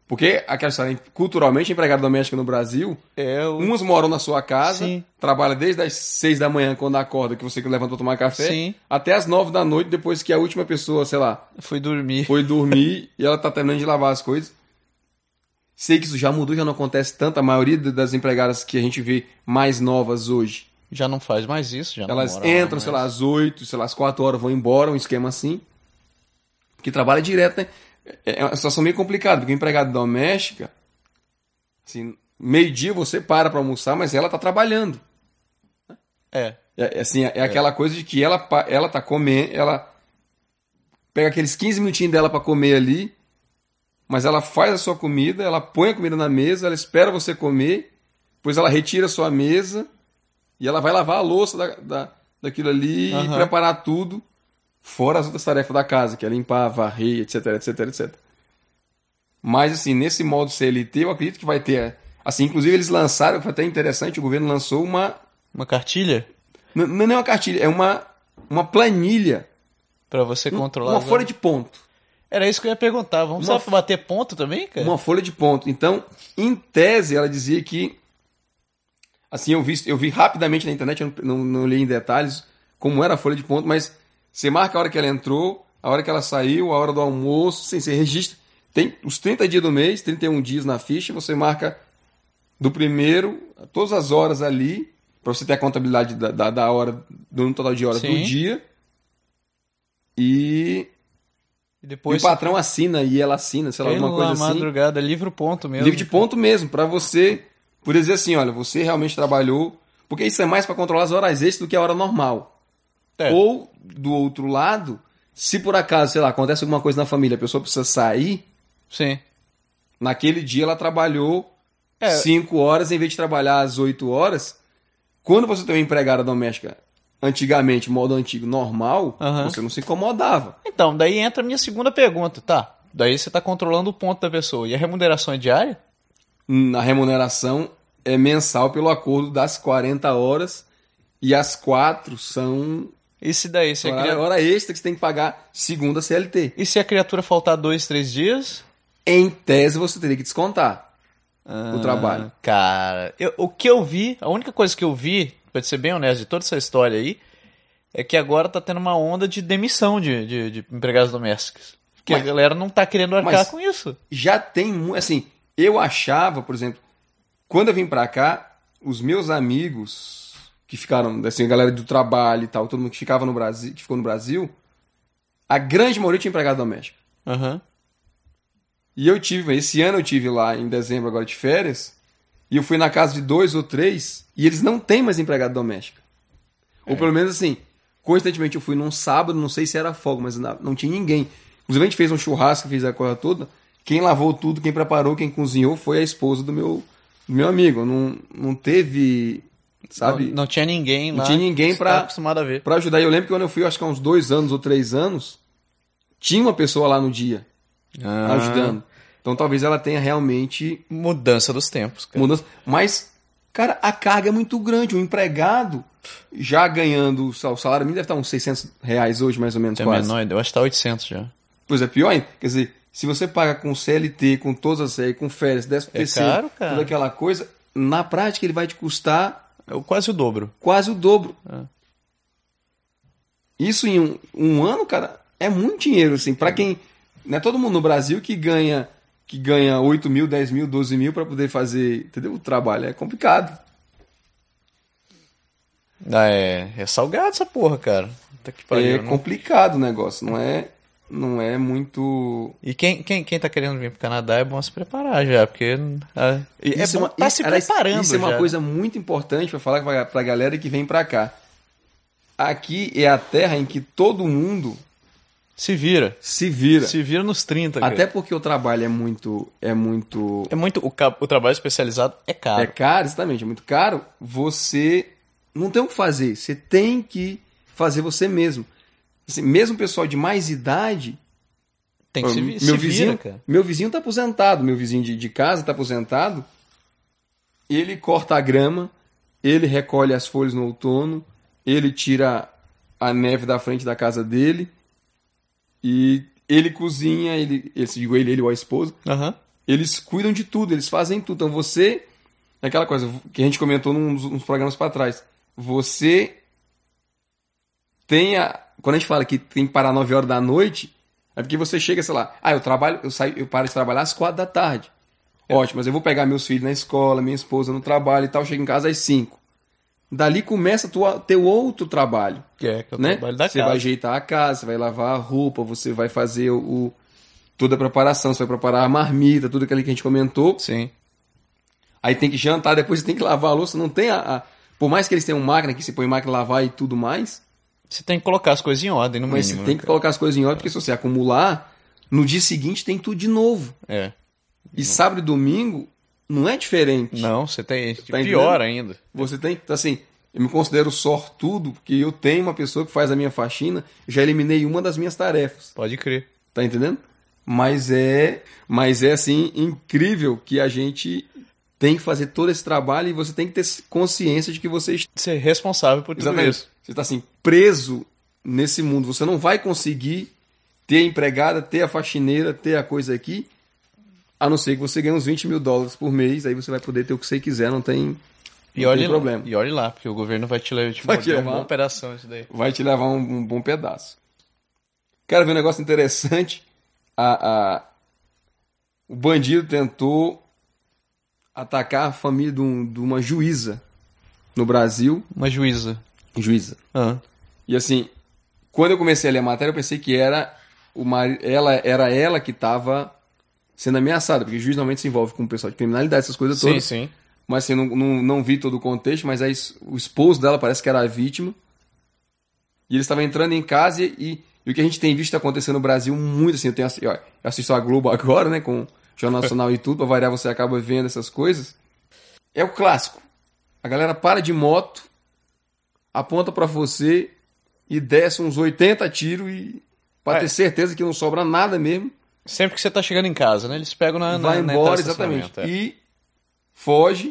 Porque, aquela história, culturalmente, a empregada doméstica no Brasil, É o... uns moram na sua casa, Sim. trabalha desde as seis da manhã, quando acorda, que você levanta pra tomar café, Sim. até as nove da noite, depois que a última pessoa, sei lá, Fui dormir. foi dormir e ela tá terminando de lavar as coisas. Sei que isso já mudou, já não acontece tanto. A maioria das empregadas que a gente vê mais novas hoje, Já não faz mais isso, já elas não mora lá entram, mais. sei lá, às oito, sei lá, às quatro horas, vão embora, um esquema assim. Que trabalha direto, né? É uma situação meio complicada, porque a empregada doméstica, assim, meio-dia você para pra almoçar, mas ela tá trabalhando. É. É, assim, é, aquela coisa de que ela, pa- ela tá comendo, ela pega aqueles quinze minutinhos dela pra comer ali, mas ela faz a sua comida, ela põe a comida na mesa, ela espera você comer, depois ela retira a sua mesa e ela vai lavar a louça da, da, daquilo ali e Aham. preparar tudo, fora as outras tarefas da casa, que é limpar, varrer, etc, etc, etcétera. Mas, assim, nesse modo C L T, eu acredito que vai ter... Assim, inclusive, eles lançaram, foi até interessante, o governo lançou uma... Uma cartilha N- Não é uma cartilha, é uma, uma planilha, pra você controlar. uma as folha horas. de ponto. Era isso que eu ia perguntar. Vamos Uma só pra bater ponto também, cara? Uma folha de ponto. Então, em tese, ela dizia que... Assim, eu vi, eu vi rapidamente na internet, eu não, não, não li em detalhes como era a folha de ponto, mas você marca a hora que ela entrou, a hora que ela saiu, a hora do almoço, sim, você registra. Tem os trinta dias do mês, trinta e um dias na ficha, você marca do primeiro, todas as horas ali, para você ter a contabilidade da, da, da hora, do total de horas Sim. do dia. E, E e depois o patrão assina e ela assina, sei lá, alguma pela coisa assim. madrugada, livro ponto mesmo. Livre de ponto mesmo, para você, por dizer assim, olha, você realmente trabalhou, porque isso é mais para controlar as horas extras do que a hora normal. É. Ou, do outro lado, se por acaso, sei lá, acontece alguma coisa na família, a pessoa precisa sair, Sim. naquele dia ela trabalhou É. cinco horas em vez de trabalhar às oito horas. Quando você tem uma empregada doméstica, antigamente, modo antigo, normal, Aham. você não se incomodava. Então, daí entra a minha segunda pergunta, tá? Daí você tá controlando o ponto da pessoa. E a remuneração é diária? Na remuneração é mensal pelo acordo das quarenta horas e as quatro são E se daí? Se a, hora, cria- hora extra que você tem que pagar segundo a C L T. E se a criatura faltar dois, três dias? Em tese, você teria que descontar o Ah, trabalho. Cara, eu- o que eu vi, a única coisa que eu vi, pra ser bem honesto, de toda essa história aí, é que agora tá tendo uma onda de demissão de, de, de empregadas domésticas. Porque Mas- a galera não tá querendo arcar mas- com isso. Já tem, mu- assim, eu achava, por exemplo, quando eu vim pra cá, os meus amigos que ficaram, assim, a galera do trabalho e tal, todo mundo que ficava no Brasil, que ficou no Brasil, a grande maioria tinha empregada doméstica. Aham. E eu tive, esse ano eu tive lá em dezembro agora de férias, e eu fui na casa de dois ou três, e eles não têm mais empregada doméstica. Ou pelo menos assim, coincidentemente eu fui num sábado, não sei se era folga, mas não, não tinha ninguém. Inclusive a gente fez um churrasco, fez a coisa toda, quem lavou tudo, quem preparou, quem cozinhou foi a esposa do meu, do meu amigo. Não, não teve, sabe, Não, não tinha ninguém Não lá. tinha ninguém que pra- tá acostumado a ver. pra ajudar. E eu lembro que quando eu fui, acho que há uns dois anos ou três anos, tinha uma pessoa lá no dia, Ah, ajudando. Então talvez ela tenha realmente Mudança dos tempos, cara. mudança. Mas, cara, a carga é muito grande. O empregado, já ganhando, o salário mínimo deve estar uns seiscentos reais hoje, mais ou menos, Tem a quase. menor ideia. Eu acho que tá oitocentos já. Pois é, pior ainda. Quer dizer, se você paga com C L T, com todas as aí, com férias, décimo É terceiro, caro, cara. toda aquela coisa, na prática ele vai te custar É quase o dobro. quase o dobro. É. Isso em um, um ano, cara, é muito dinheiro, assim. Pra quem... Não é todo mundo no Brasil que ganha que ganha oito mil, dez mil, doze mil pra poder fazer, entendeu? O trabalho é complicado. Ah, é, é salgado essa porra, cara. Tá que pariu, É não- complicado o negócio, não é, não é muito... E quem, quem, quem tá querendo vir pro Canadá é bom se preparar já, porque ah, é Isso bom uma- tá isso- se aliás, preparando Isso é uma já. coisa muito importante pra falar pra, pra galera que vem pra cá. Aqui é a terra em que todo mundo Se vira. se vira. Se vira nos trinta, Até cara. porque o trabalho é muito... É muito... É muito... O, ca- o trabalho especializado é caro. É caro, exatamente, é muito caro. Você não tem o que fazer. Você tem que fazer você mesmo. Assim, mesmo o pessoal de mais idade... Tem que se, vi- meu se vizinho, vira, cara. Meu vizinho tá aposentado. Meu vizinho de, de casa tá aposentado. Ele corta a grama. Ele recolhe as folhas no outono. Ele tira a neve da frente da casa dele. E ele cozinha. Ele, ele, se digo ele, ele ou a esposa. Aham. eles cuidam de tudo, eles fazem tudo. Então você, é aquela coisa que a gente comentou nos, nos programas para trás, você tem a, quando a gente fala que tem que parar nove horas da noite, é porque você chega, sei lá, ah, eu trabalho, eu saio, eu paro de trabalhar às quatro da tarde. É. Ótimo, mas eu vou pegar meus filhos na escola, minha esposa no trabalho e tal, chego em casa às cinco. Dali começa o teu outro trabalho. Que é, que é o né? trabalho da Você casa. vai ajeitar a casa, você vai lavar a roupa, você vai fazer o, o, toda a preparação, você vai preparar a marmita, tudo aquilo que a gente comentou. Sim. Aí tem que jantar, depois você tem que lavar a louça. Não tem a, a... Por mais que eles tenham máquina, que você põe máquina lavar e tudo mais... Você tem que colocar as coisas em ordem, no mas mínimo. Mas você tem né, que colocar as coisas em ordem, porque se você acumular, no dia seguinte tem tudo de novo. É. E sábado e domingo não é diferente. Não, você tem... Tá pior entendendo? ainda. Você tem... Assim... Eu me considero sortudo porque eu tenho uma pessoa que faz a minha faxina, já eliminei uma das minhas tarefas. Pode crer. Tá entendendo? Mas é, mas é assim, incrível que a gente tem que fazer todo esse trabalho e você tem que ter consciência de que você está... Ser responsável por tudo Exatamente. isso. Você está assim, preso nesse mundo. Você não vai conseguir ter a empregada, ter a faxineira, ter a coisa aqui, a não ser que você ganhe uns vinte mil dólares por mês, aí você vai poder ter o que você quiser, não tem... E olhe, problema. e olhe lá, porque o governo vai te levar, te vai te levar uma boa operação isso daí. Vai te levar um, um bom pedaço. Quero ver um negócio interessante. A, a, o bandido tentou atacar a família de, um, de uma juíza no Brasil. Uma juíza. Juíza. Ah. E assim, quando eu comecei a ler a matéria, eu pensei que era, o mar... ela, era ela que estava sendo ameaçada, porque o juiz normalmente se envolve com o pessoal de criminalidade, essas coisas sim, todas. Sim, sim. Mas assim, eu não, não, não vi todo o contexto, mas aí o esposo dela parece que era a vítima. E ele estava entrando em casa e, e o que a gente tem visto acontecer no Brasil muito assim. Eu, tenho, eu assisto a Globo agora, né? Com o Jornal Nacional e tudo, para variar você acaba vendo essas coisas. É o clássico. A galera para de moto, aponta para você e desce uns oitenta tiros e para é. ter certeza que não sobra nada mesmo. Sempre que você tá chegando em casa, né? Eles pegam na Vai na, embora, na exatamente. É. E foge,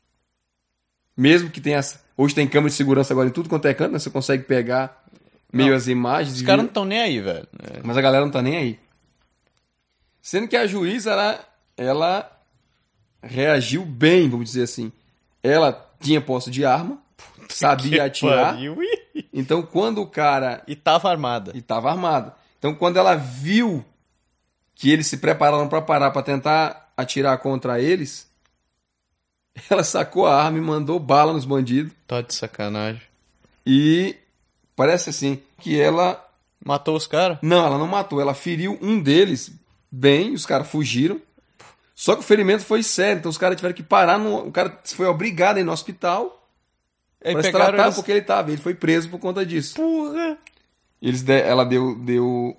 mesmo que tenha... Hoje tem câmera de segurança agora em tudo quanto é canto, né? Você consegue pegar meio não, as imagens. Os caras não estão nem aí, velho. É. Mas a galera não tá nem aí. Sendo que a juíza, ela, ela reagiu bem, vamos dizer assim. Ela tinha posse de arma, Puta sabia atirar. Pariu. Então quando o cara... E tava armada. E tava armada. Então quando ela viu que eles se prepararam para parar, para tentar atirar contra eles... Ela sacou a arma e mandou bala nos bandidos. Tá de sacanagem. E parece assim que ela... Matou os caras? Não, ela não matou. Ela feriu um deles bem, os caras fugiram. Só que o ferimento foi sério, então os caras tiveram que parar. No... O cara foi obrigado a ir no hospital para se tratar eles... porque ele tava. Ele foi preso por conta disso. Porra! Eles de... Ela deu, deu...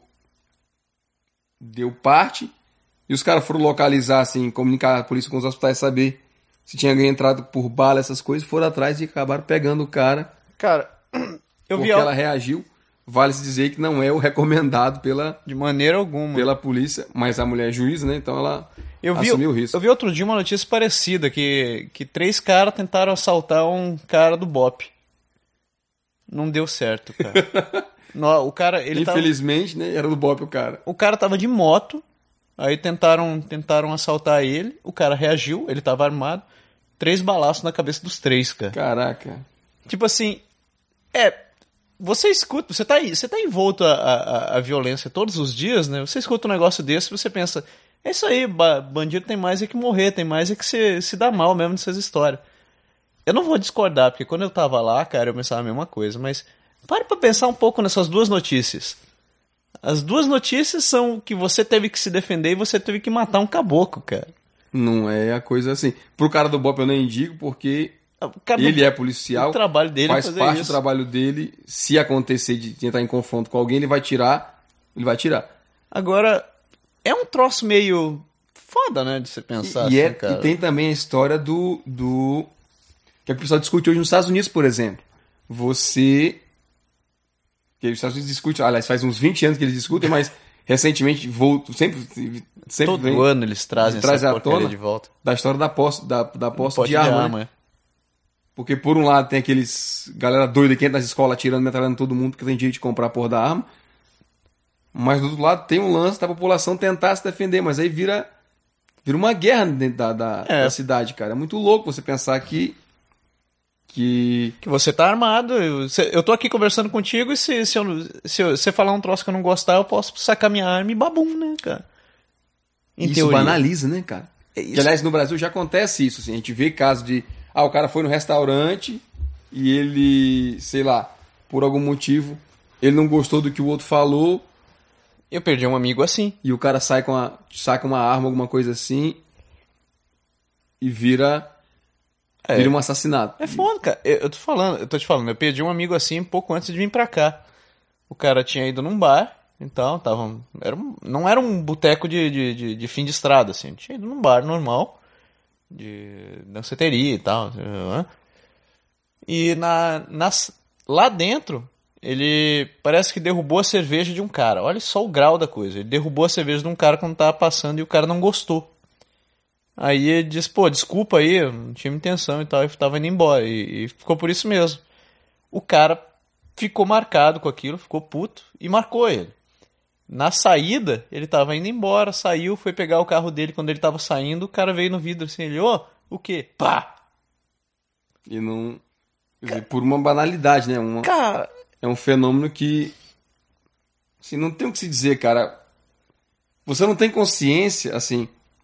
Deu parte. E os caras foram localizar, assim, comunicar a polícia com os hospitais, saber... Se tinha alguém entrado por bala, essas coisas, foram atrás e acabaram pegando o cara. Cara, eu vi... Porque ela reagiu. Vale-se dizer que não é o recomendado pela... De maneira alguma. Pela polícia. Mas a mulher é juíza, né? Então ela eu vi, assumiu o risco. Eu vi outro dia uma notícia parecida, que, que três caras tentaram assaltar um cara do B O P. Não deu certo, cara. no, o cara ele Infelizmente, tava... né? Era do B O P o cara. O cara tava de moto. Aí tentaram, tentaram assaltar ele. O cara reagiu, ele tava armado. Três balaços na cabeça dos três, cara. Caraca. Tipo assim, é... Você escuta, você tá, aí, você tá envolto a, a, a violência todos os dias, né? Você escuta um negócio desse e você pensa... É isso aí, bandido tem mais é que morrer, tem mais é que se, se dar mal mesmo nessas histórias. Eu não vou discordar, porque quando eu tava lá, cara, eu pensava a mesma coisa. Mas pare pra pensar um pouco nessas duas notícias. As duas notícias são que você teve que se defender e você teve que matar um caboclo, cara. Não é a coisa assim. Pro cara do B O P eu nem digo, porque ele do... é policial. O trabalho dele faz é fazer parte isso. do trabalho dele. Se acontecer de entrar em confronto com alguém, ele vai tirar. Ele vai tirar. Agora, é um troço meio foda, né? De você pensar e, assim, e, é, cara. E tem também a história do... do... que a pessoa discute hoje nos Estados Unidos, por exemplo. Você... que os Estados Unidos discutem... Aliás, faz uns vinte anos que eles discutem, mas... Recentemente, volto, sempre, sempre Todo vem, ano eles trazem traz essa a porcaria tona de volta. Da história da posse, da, da posse Posse de arma, de arma né? é. Porque por um lado tem aqueles galera doida que entra nas escolas atirando, metralhando todo mundo que tem jeito de comprar a porra da arma. Mas do outro lado tem um lance da população tentar se defender, mas aí vira Vira uma guerra dentro da, da, É. da cidade, cara. É muito louco você pensar que... Que... Que você tá armado, eu, se- eu tô aqui conversando contigo e se, se, eu, se eu- você falar um troço que eu não gostar, eu posso sacar minha arma e babum, né, cara? Em isso teoria. banaliza, né, cara? É isso. Que, aliás, no Brasil já acontece isso, assim. A gente vê casos de... Ah, o cara foi no restaurante e ele, sei lá, por algum motivo, ele não gostou do que o outro falou Eu perdi um amigo assim. e o cara sai com a, saca uma arma, alguma coisa assim e vira... É. Vira um assassinato. É foda, cara. Eu, eu tô falando, eu tô te falando, eu perdi um amigo assim um pouco antes de vir pra cá. O cara tinha ido num bar, então, tava. Era um- não era um boteco de, de, de, de fim de estrada, assim. Tinha ido num bar normal, de danceteria e tal. né? E na, nas, lá dentro, ele parece que derrubou a cerveja de um cara. Olha só o grau da coisa. Ele derrubou a cerveja de um cara quando tava passando e o cara não gostou. Aí ele disse, pô, desculpa aí, eu não tinha intenção e tal, e tava indo embora. E, e ficou por isso mesmo. O cara ficou marcado com aquilo, ficou puto e marcou ele. Na saída, ele tava indo embora, saiu, foi pegar o carro dele. Quando ele tava saindo, o cara veio no vidro assim, ele, ô, o quê? Pá! E não... Quer dizer, por uma banalidade, né? Uma, Cara, é um fenômeno que... Assim, não tem o que se dizer, cara. Você não tem consciência, assim...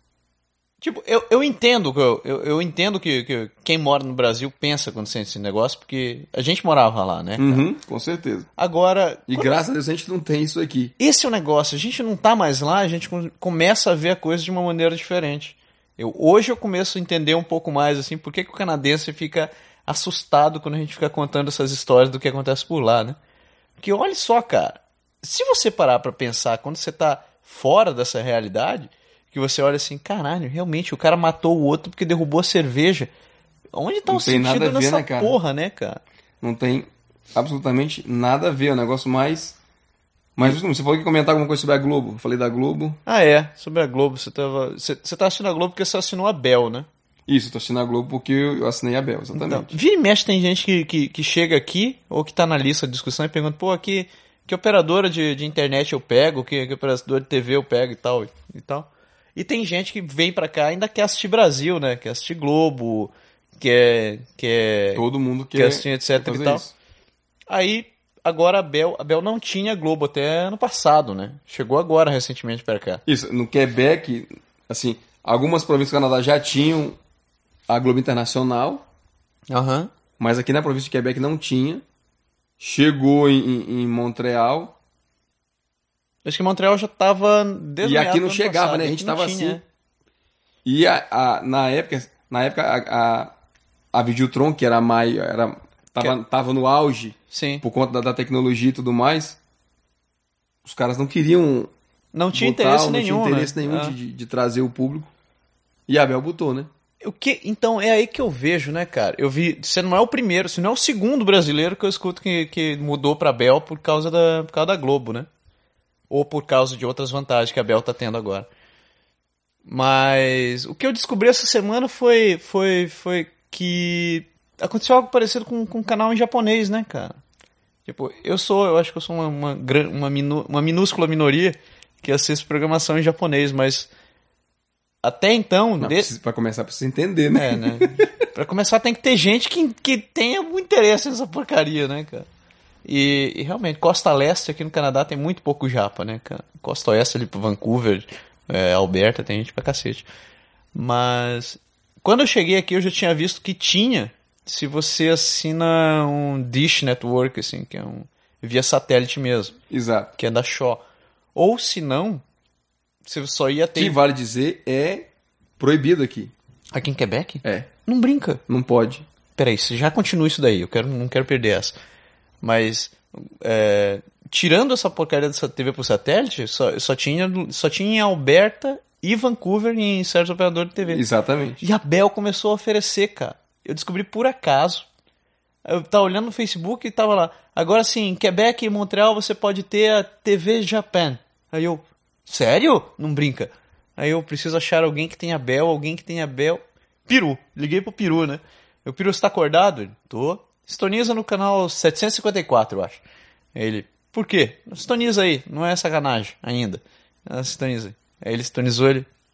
tipo, eu, eu entendo, eu, eu, eu entendo que, que quem mora no Brasil pensa quando sente esse negócio, porque a gente morava lá, né? Uhum, com certeza. Agora, E quando- graças a Deus a gente não tem isso aqui. esse é o negócio, a gente não tá mais lá, a gente com- começa a ver a coisa de uma maneira diferente. Eu, hoje eu começo a entender um pouco mais, assim, por que, que o canadense fica assustado quando a gente fica contando essas histórias do que acontece por lá, né? Porque olha só, cara, se você parar pra pensar, quando você tá fora dessa realidade, que você olha assim, caralho, realmente, o cara matou o outro porque derrubou a cerveja. Onde tá Não o tem nada sentido a ver, nessa né, cara? porra, né, cara? Não tem absolutamente nada a ver. É um negócio mais... Mas você falou que ia comentar alguma coisa sobre a Globo. Eu falei da Globo. Ah, é, sobre a Globo, você tava... Você, você tá assistindo a Globo porque você assinou a Bel, né? Isso, eu tô assistindo a Globo porque eu assinei a Bel, exatamente. Então, vira e mexe, tem gente que, que, que chega aqui, ou que tá na lista de discussão e pergunta, pô, aqui, que operadora de, de internet eu pego, que, que operador de T V eu pego e tal, e tal. E tem gente que vem pra cá e ainda quer assistir Brasil, né? Quer assistir Globo, quer... quer... Todo mundo que quer, assistir, etc quer fazer e tal. isso. Aí, agora a Bel, a Bel não tinha Globo até ano passado, né? Chegou agora, recentemente, pra cá. Isso, no Quebec, assim, algumas províncias do Canadá já tinham a Globo Internacional, Aham. mas aqui na província de Quebec não tinha. Chegou em, em, em Montreal Acho que Montreal já tava... desde e o aqui meado não do ano chegava, passado, né? A gente aqui não tava tinha, assim. E a, a- na época, na época a, a, a Videotron, que era mais, era tava, tava no auge Sim. por conta da, da tecnologia e tudo mais. Os caras não queriam Não tinha botar, interesse não nenhum, tinha interesse né? nenhum Ah. de, de, de trazer o público. E a Bel botou, né? O que, então, é aí que eu vejo, né, cara? Eu vi, você não é o primeiro, você não é o segundo brasileiro que eu escuto que, que mudou pra Bel por causa, da, por causa da Globo, né? Ou por causa de outras vantagens que a Bel tá tendo agora. Mas o que eu descobri essa semana foi, foi, foi que aconteceu algo parecido com, com um canal em japonês, né, cara? Tipo, eu sou, eu acho que eu sou uma, uma, gran- uma, minu, uma minúscula minoria que assiste programação em japonês, mas até então... Não, de- precisa- pra começar, precisa entender, né? é, né? Pra começar tem que ter gente que, que tenha algum interesse nessa porcaria, né, cara? E, e realmente, Costa Leste aqui no Canadá tem muito pouco japa, né, cara? Costa Oeste ali pro Vancouver, é, Alberta, tem gente pra cacete. Mas quando eu cheguei aqui eu já tinha visto que tinha, se você assina um Dish Network, assim, que é um via satélite mesmo, Exato. que é da Shaw. Ou se não, você só ia ter... Que vale dizer, é proibido aqui. Aqui em Quebec? É, Não brinca. não pode. Peraí, você já continua isso daí, eu quero, não quero perder essa. Mas, é, tirando essa porcaria dessa T V por satélite, só, só, tinha, só tinha em Alberta e Vancouver em certos operadores de T V. Exatamente. E a Bell começou a oferecer, cara. Eu descobri por acaso. Eu tava olhando no Facebook e tava lá. Agora sim, em Quebec e Montreal você pode ter a T V Japan. Aí eu, sério? Não brinca. Aí eu preciso achar alguém que tenha Bell, alguém que tenha Bell. Peru. Liguei pro Peru, né? O Peru, você tá acordado? Ele, tô. Sintoniza no canal setecentos e cinquenta e quatro, eu acho. Aí ele, por quê? Sintoniza aí, não é sacanagem ainda. Ah, sintoniza aí. Aí ele sintonizou ele.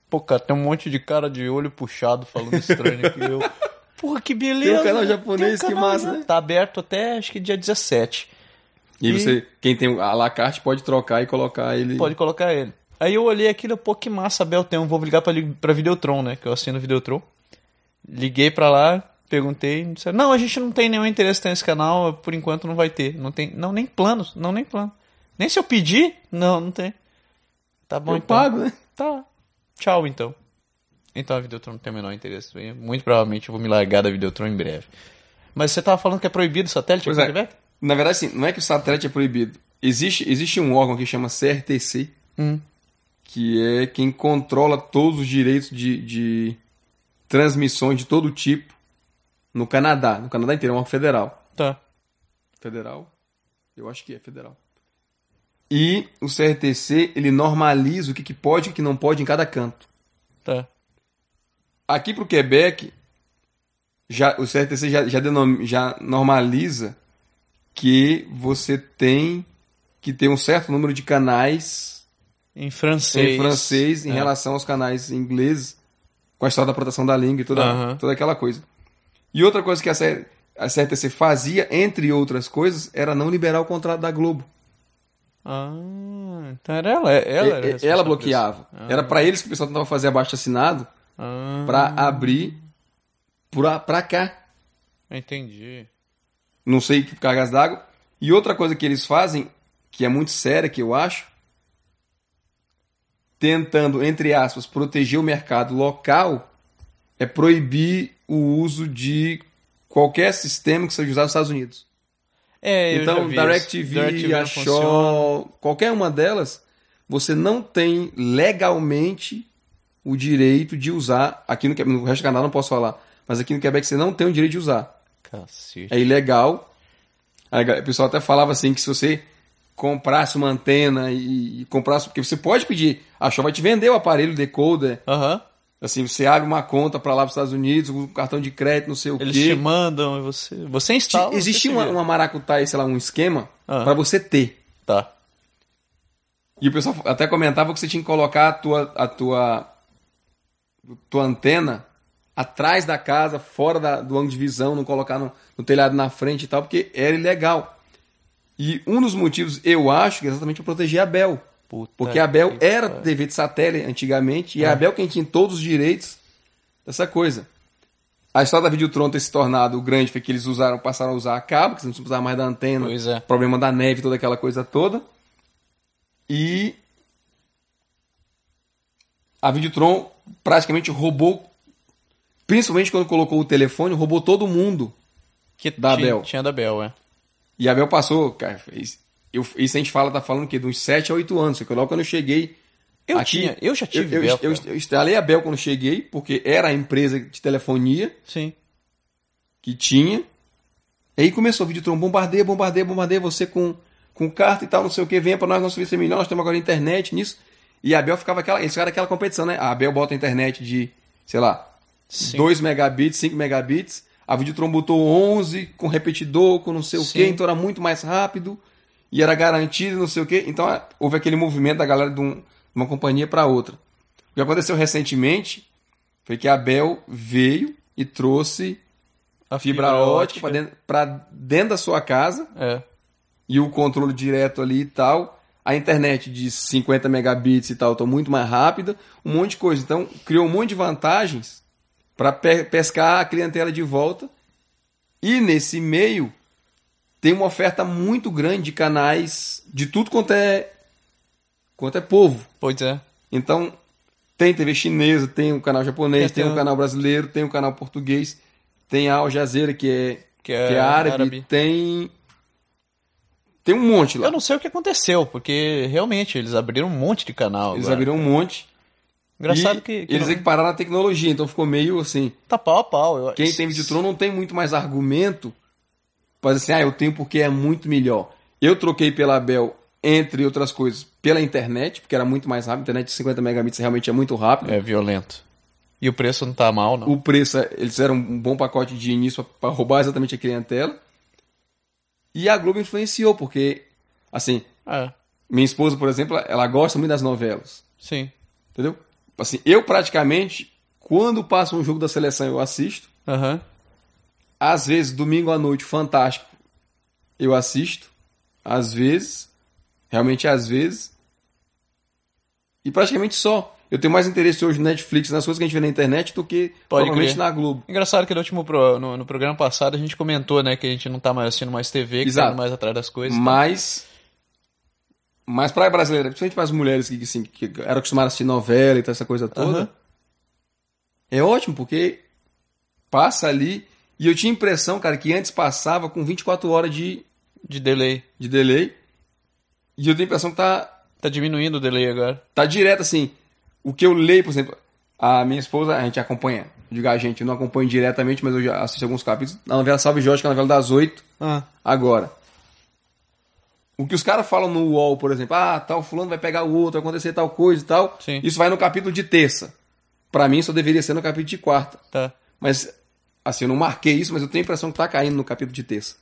Pô, cara, tem um monte de cara de olho puxado falando estranho aqui. Eu, porra, que beleza. Tem um canal japonês, tem um que canal, massa, né? né? Tá aberto até, acho que dia dezessete. E, e você, quem tem a la carte pode trocar e colocar ele... Pode colocar ele. Aí eu olhei aquilo, pô, que massa, Bel tem um, vou ligar pra, pra Videotron, né, que eu assino Videotron. Liguei pra lá, perguntei, disseram, não, a gente não tem nenhum interesse nesse canal, por enquanto não vai ter. Não tem, não, nem planos, não, nem plano. Nem se eu pedir, não, não tem. Tá bom, eu então. pago, né? Tá. Tchau, então. Então a Videotron não tem o menor interesse. Muito provavelmente eu vou me largar da Videotron em breve. Mas você tava falando que é proibido o satélite Pois aqui no é. Quebec? Na verdade, sim, não é que o satélite é proibido. Existe, existe um órgão que chama C R T C, Hum. que é quem controla todos os direitos de, de transmissões de todo tipo no Canadá. No Canadá inteiro, é um órgão federal. Tá. Federal? Eu acho que é federal. E o C R T C, ele normaliza o que, que pode e o que não pode em cada canto. Tá. Aqui pro Quebec, já, o C R T C já, já, denom, já normaliza que você tem que ter um certo número de canais Em francês. em francês em É. relação aos canais ingleses, com a história da proteção da língua e toda, Aham. toda aquela coisa. E outra coisa que a C R- a C R T C fazia, entre outras coisas, era não liberar o contrato da Globo. Ah, então era ela. Ela, era E- responsável ela por isso. bloqueava. Ah. Era pra eles que o pessoal tentava fazer abaixo assinado Ah, pra abrir pra, pra cá. entendi. Não sei que cargas d'água. E outra coisa que eles fazem, que é muito séria, que eu acho, tentando, entre aspas, proteger o mercado local, é proibir o uso de qualquer sistema que seja usado nos Estados Unidos. É, eu já Então, vi DirecTV, isso. DirecTV a não funciona. Shaw, qualquer uma delas, você não tem legalmente o direito de usar. Aqui no, Que- no resto do Canadá não posso falar, mas aqui no Quebec você não tem o direito de usar. Cacete. É ilegal. Aí, o pessoal até falava assim que se você comprasse uma antena e, e comprasse... Porque você pode pedir, a Shaw vai te vender o aparelho decoder. Aham. Assim, você abre uma conta para lá para os Estados Unidos, um cartão de crédito, não sei o Eles quê. te mandam e você... Você instala... você Existia se uma, vira. uma maracutaia, sei lá, um esquema Ah. para você ter. Tá. E o pessoal até comentava que você tinha que colocar a tua, a tua, tua antena atrás da casa, fora da, do ângulo de visão, não colocar no, no telhado na frente e tal, porque era ilegal. E um dos motivos, eu acho, que é exatamente para proteger a Bell. Puta Porque a Bell que era pariu. T V de satélite antigamente, e Ah. a Bell quem tinha todos os direitos dessa coisa. A história da Videotron ter se tornado grande foi que eles usaram, passaram a usar a cabo, que você não precisa usar mais da antena, Pois é. problema da neve, toda aquela coisa toda. E a Videotron praticamente roubou, principalmente quando colocou o telefone, roubou todo mundo. Que Da tinha, Bell. Tinha da Bell, é. E a Bell passou, cara, isso, eu, isso a gente fala, tá falando o quê? De uns sete a oito anos. Só que logo quando eu cheguei. Eu aqui, tinha, eu já tive eu, Bell, eu, eu, cara. eu instalei a Bell quando cheguei, porque era a empresa de telefonia Sim. que tinha. E aí começou o Videotron, bombardeia, bombardeia, bombardeia, você com, com carta e tal, não sei o que, venha pra nós, nosso serviço é melhor, nós temos agora internet nisso. E a Bell ficava aquela, eles ficaram aquela competição, né? A Bell bota a internet de, sei lá, Sim. dois megabits, cinco megabits. A Videotron botou onze com repetidor, com não sei o Sim. que, então era muito mais rápido e era garantido, não sei o que. Então é, houve aquele movimento da galera de, um, de uma companhia para outra. O que aconteceu recentemente foi que a Bell veio e trouxe A fibra, ótica para dentro, pra dentro da sua casa É. e o controle direto ali e tal. A internet de cinquenta megabits e tal, então muito mais rápida, um monte de coisa. Então criou um monte de vantagens para pe- pescar a clientela de volta. E nesse meio tem uma oferta muito grande de canais de tudo quanto é quanto é povo. Pois é. Então tem T V chinesa, tem um canal japonês, Tem- tem um tem- canal brasileiro, tem um canal português, tem a Al Jazeera que é Que é que é árabe, árabe. tem tem um monte lá. Eu não sei o que aconteceu, porque realmente eles abriram um monte de canal. Eles agora. abriram um monte. Engraçado e que, que eles não- equipararam a tecnologia, então ficou meio assim. tá pau a pau. Eu... Quem tem Videotron não tem muito mais argumento para dizer assim, ah, eu tenho porque é muito melhor. Eu troquei pela Bell, entre outras coisas, pela internet, porque era muito mais rápido. A internet de cinquenta megabits realmente é muito rápido. É violento. E o preço não tá mal, não. O preço, eles eram um bom pacote de início para roubar exatamente a clientela. E a Globo influenciou, porque, assim, É, minha esposa, por exemplo, ela gosta muito das novelas. sim. Entendeu? Assim, eu praticamente, quando passa um jogo da seleção, eu assisto. Aham. Às vezes, domingo à noite, Fantástico, eu assisto. Às vezes, realmente às vezes. E praticamente só. Eu tenho mais interesse hoje no Netflix, nas coisas que a gente vê na internet, do que Pode provavelmente crer. na Globo. Engraçado que no último pro, no, no programa passado a gente comentou, né, que a gente não tá mais assistindo mais T V, que Exato. tá indo mais atrás das coisas. Tá? Mas, mas pra brasileira, principalmente para as mulheres que, assim, que eram acostumadas a assistir novela e tal, essa coisa toda, Aham. é ótimo, porque passa ali. E eu tinha a impressão, cara, que antes passava com vinte e quatro horas de, De delay. de delay. E eu tenho a impressão que tá, Tá diminuindo o delay agora. tá direto assim. O que eu leio, por exemplo, a minha esposa, a gente acompanha. Digo, a gente, eu não acompanho diretamente, mas eu já assisto alguns capítulos. Na novela Salve Jorge, que é a novela das oito, Ah. agora. O que os caras falam no U O L, por exemplo, ah, tal fulano vai pegar o outro, vai acontecer tal coisa e tal. Sim. Isso vai no capítulo de terça. Pra mim, só deveria ser no capítulo de quarta. Tá. Mas, assim, eu não marquei isso, mas eu tenho a impressão que tá caindo no capítulo de terça.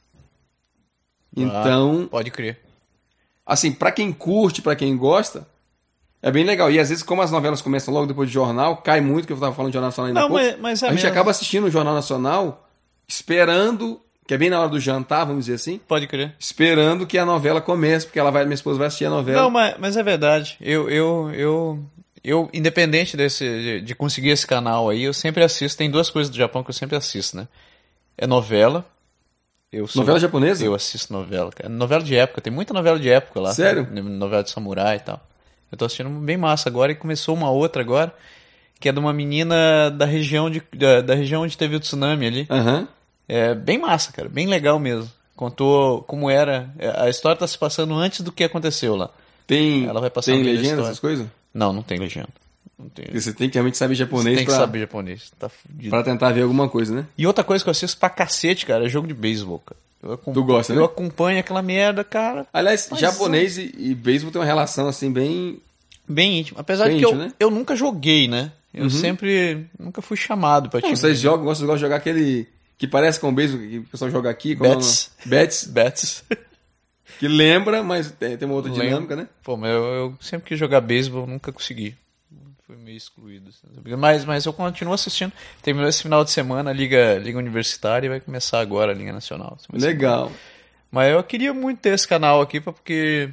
Então, Ah, pode crer. assim, pra quem curte, pra quem gosta, é bem legal. E às vezes, como as novelas começam logo depois do jornal, cai muito, que eu tava falando de Jornal Nacional ainda há Não, pouco. mas, mas é a gente mesmo. acaba assistindo o Jornal Nacional, esperando, que é bem na hora do jantar, vamos dizer assim, Pode crer. esperando que a novela comece, porque ela vai, minha esposa vai assistir a novela. Não, mas, mas é verdade. Eu, eu, eu, eu independente desse, de, de conseguir esse canal aí, eu sempre assisto. Tem duas coisas do Japão que eu sempre assisto, né? É novela. Eu sou- Novela japonesa? Eu assisto novela, cara. Novela de época. Tem muita novela de época lá. Sério? sabe? Novela de samurai e tal. Eu tô assistindo bem massa agora e começou uma outra agora, que é de uma menina da região, de, da, da região onde teve o tsunami ali. Aham. É bem massa, cara. Bem legal mesmo. Contou como era. A história tá se passando antes do que aconteceu lá. Tem, Ela vai passar tem no meio da legenda, história. essas coisas? Não, não tem legenda. Não tem. Porque você tem que realmente saber japonês Tem que pra, saber japonês. Tá fudido. pra tentar ver alguma coisa, né? E outra coisa que eu assisto pra cacete, cara, é jogo de beisebol, cara. Eu acompanho, Tu gosta, eu né? acompanho aquela merda, cara. Aliás, Mas, japonês e, e beisebol tem uma relação, assim, bem... Bem íntimo. Apesar Bem de que íntimo, eu, né? eu nunca joguei, né? Eu sempre. Nunca fui chamado pra Não, time. vocês jogam, gostam, gostam de jogar aquele... Que parece com o beisebol, que o pessoal joga aqui. como é o Bets. nome? Bets. Bets. Que lembra, mas tem, tem uma outra Lembro. dinâmica, né? Pô, mas eu, eu sempre quis jogar beisebol, nunca consegui. Fui meio excluído. assim. Mas, mas eu continuo assistindo. Terminou esse final de semana a Liga, Liga Universitária e vai começar agora a Liga Nacional. Vai ser- Legal. Mas eu queria muito ter esse canal aqui, pra- porque.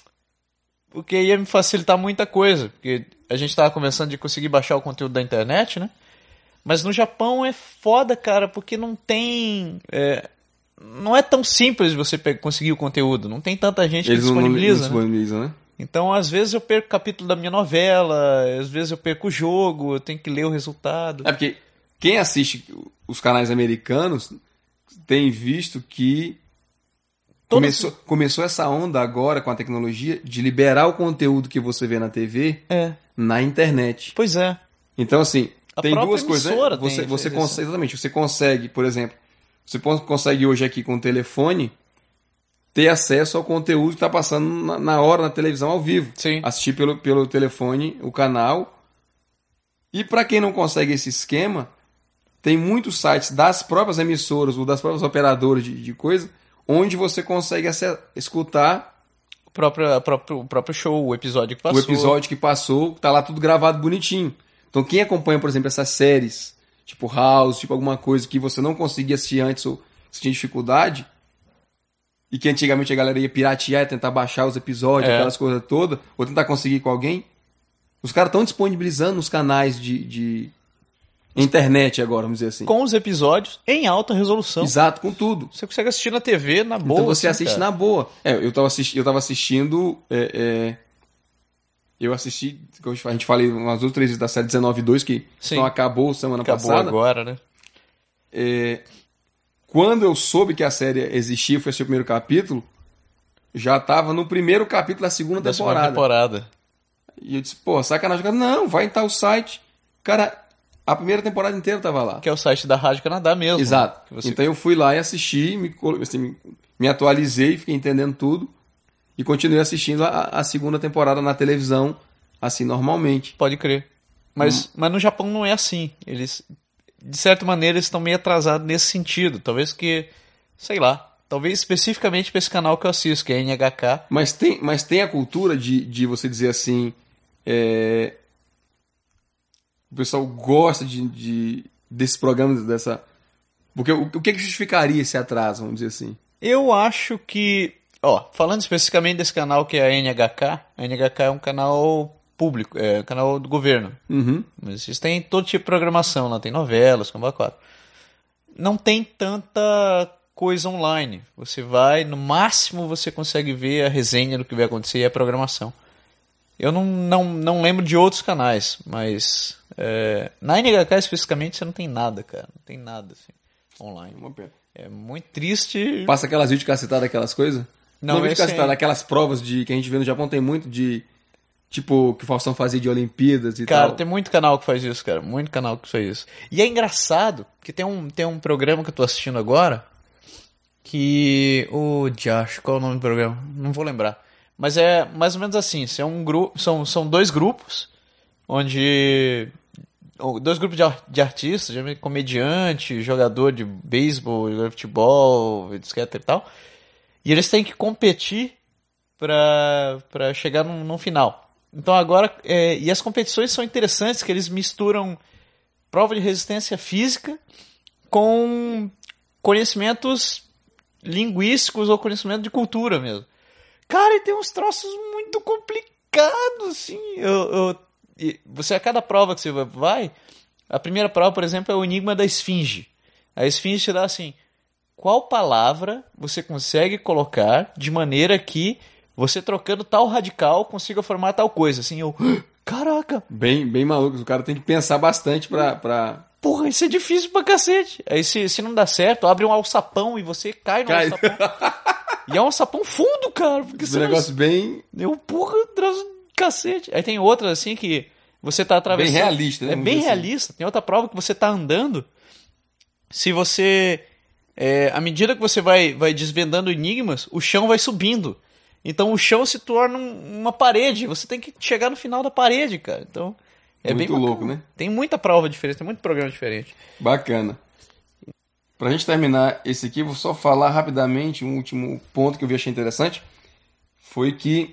Porque ia me facilitar muita coisa. Porque a gente tava conversando de conseguir baixar o conteúdo da internet, né? Mas no Japão é foda, cara, porque não tem. é, não é tão simples você pe- conseguir o conteúdo. Não tem tanta gente Eles que não, não, não disponibiliza. né? disponibilizam, né? Então, às vezes eu perco o capítulo da minha novela, às vezes eu perco o jogo, eu tenho que ler o resultado. É porque quem assiste os canais americanos tem visto que Todos- começou, começou essa onda agora com a tecnologia de liberar o conteúdo que você vê na T V É, na internet. pois é. Então, assim, A tem própria duas coisas, né? emissora tem- Você, você fez consegue, exatamente, você consegue, por exemplo, você pon- consegue hoje aqui com o telefone ter acesso ao conteúdo que está passando na, na hora na televisão ao vivo. Sim. Assistir pelo, pelo telefone o canal. E para quem não consegue esse esquema, tem muitos sites das próprias emissoras ou das próprias operadoras de, de coisa, onde você consegue ace- escutar O próprio, a próprio, o próprio show, o episódio que passou. o episódio que passou, tá lá tudo gravado bonitinho. Então quem acompanha, por exemplo, essas séries, tipo House, tipo alguma coisa que você não conseguia assistir antes ou você tinha dificuldade, e que antigamente a galera ia piratear, ia tentar baixar os episódios, É. aquelas coisas todas, ou tentar conseguir com alguém, os caras estão disponibilizando nos canais de, de internet agora, vamos dizer assim. Com os episódios em alta resolução. Exato, com tudo. Você consegue assistir na T V, na boa. Então você assim, assiste cara. na boa. É, eu tava, assisti, eu tava assistindo. é, é, eu assisti. como A gente falei umas duas, três vezes da série dezenove dois, que Sim. não acabou semana Acabou passada. agora, né? É, quando eu soube que a série existia, foi assistir o primeiro capítulo, já tava no primeiro capítulo da segunda Da segunda temporada. temporada. E eu disse, pô, sacanagem. Cara, não, vai em tal site. Cara, a primeira temporada inteira tava lá. Que é o site da Rádio Canadá mesmo. Exato. né? Que você- Então eu fui lá e assisti, me, colo- assim, me, me atualizei, fiquei entendendo tudo e continuei assistindo a, a segunda temporada na televisão, assim, normalmente. Pode crer. Mas, Hum. mas no Japão não é assim. Eles, de certa maneira, eles estão meio atrasados nesse sentido. Talvez que, sei lá, talvez especificamente para esse canal que eu assisto, que é N H K. Mas tem, mas tem a cultura de, de você dizer assim, é, o pessoal gosta de, de, desse programa, dessa... Porque o, o que, que justificaria esse atraso, vamos dizer assim? Eu acho que... Ó, falando especificamente desse canal que é a N H K, a N H K é um canal público, é um canal do governo. Uhum. Mas eles têm todo tipo de programação lá, tem novelas, como quatro. Não tem tanta coisa online. Você vai, no máximo você consegue ver a resenha do que vai acontecer e a programação. Eu não, não, não lembro de outros canais, mas é, na N H K especificamente você não tem nada, cara. Não tem nada assim, online. Uma pena. É muito triste. Passa aquelas videocacetadas, aquelas coisas? Não, Não videocacetadas, aí... aquelas provas de, que a gente vê no Japão tem muito de... Tipo, que o Faustão fazia de Olimpíadas e cara, tal. Cara, tem muito canal que faz isso, cara. Muito canal que faz isso. E é engraçado que tem um, tem um programa que eu tô assistindo agora que... Ô, oh, Diacho, qual é o nome do programa? Não vou lembrar. Mas é mais ou menos assim. É um grupo, são, são dois grupos, onde... Dois grupos de, de artistas, comediante, jogador de beisebol, jogador de futebol, etc e tal. E eles têm que competir pra, pra chegar no, no final. Então agora... É, e as competições são interessantes, que eles misturam prova de resistência física com conhecimentos linguísticos ou conhecimento de cultura mesmo. Cara, e tem uns troços muito complicados, assim. Eu, eu, você, a cada prova que você vai... A primeira prova, por exemplo, é o enigma da esfinge. A esfinge te dá assim... Qual palavra você consegue colocar de maneira que você trocando tal radical consiga formar tal coisa? Assim, eu... Caraca! Bem, bem maluco. O cara tem que pensar bastante pra... pra... Porra, isso é difícil pra cacete. Aí se, se não dá certo, abre um alçapão e você cai no cai. alçapão. E é um alçapão fundo, cara. Porque um negócio não... bem... Eu, porra, cacete. Aí tem outras assim que você tá atravessando... Bem realista, né? É bem realista. Assim. Tem outra prova que você tá andando. Se você... É, à medida que você vai, vai desvendando enigmas, o chão vai subindo. Então o chão se torna um, uma parede. Você tem que chegar no final da parede, cara. Então é muito bem louco, né? Tem muita prova diferente, tem muito programa diferente. Bacana. Pra gente terminar esse aqui, vou só falar rapidamente um último ponto que eu vi achei interessante. Foi que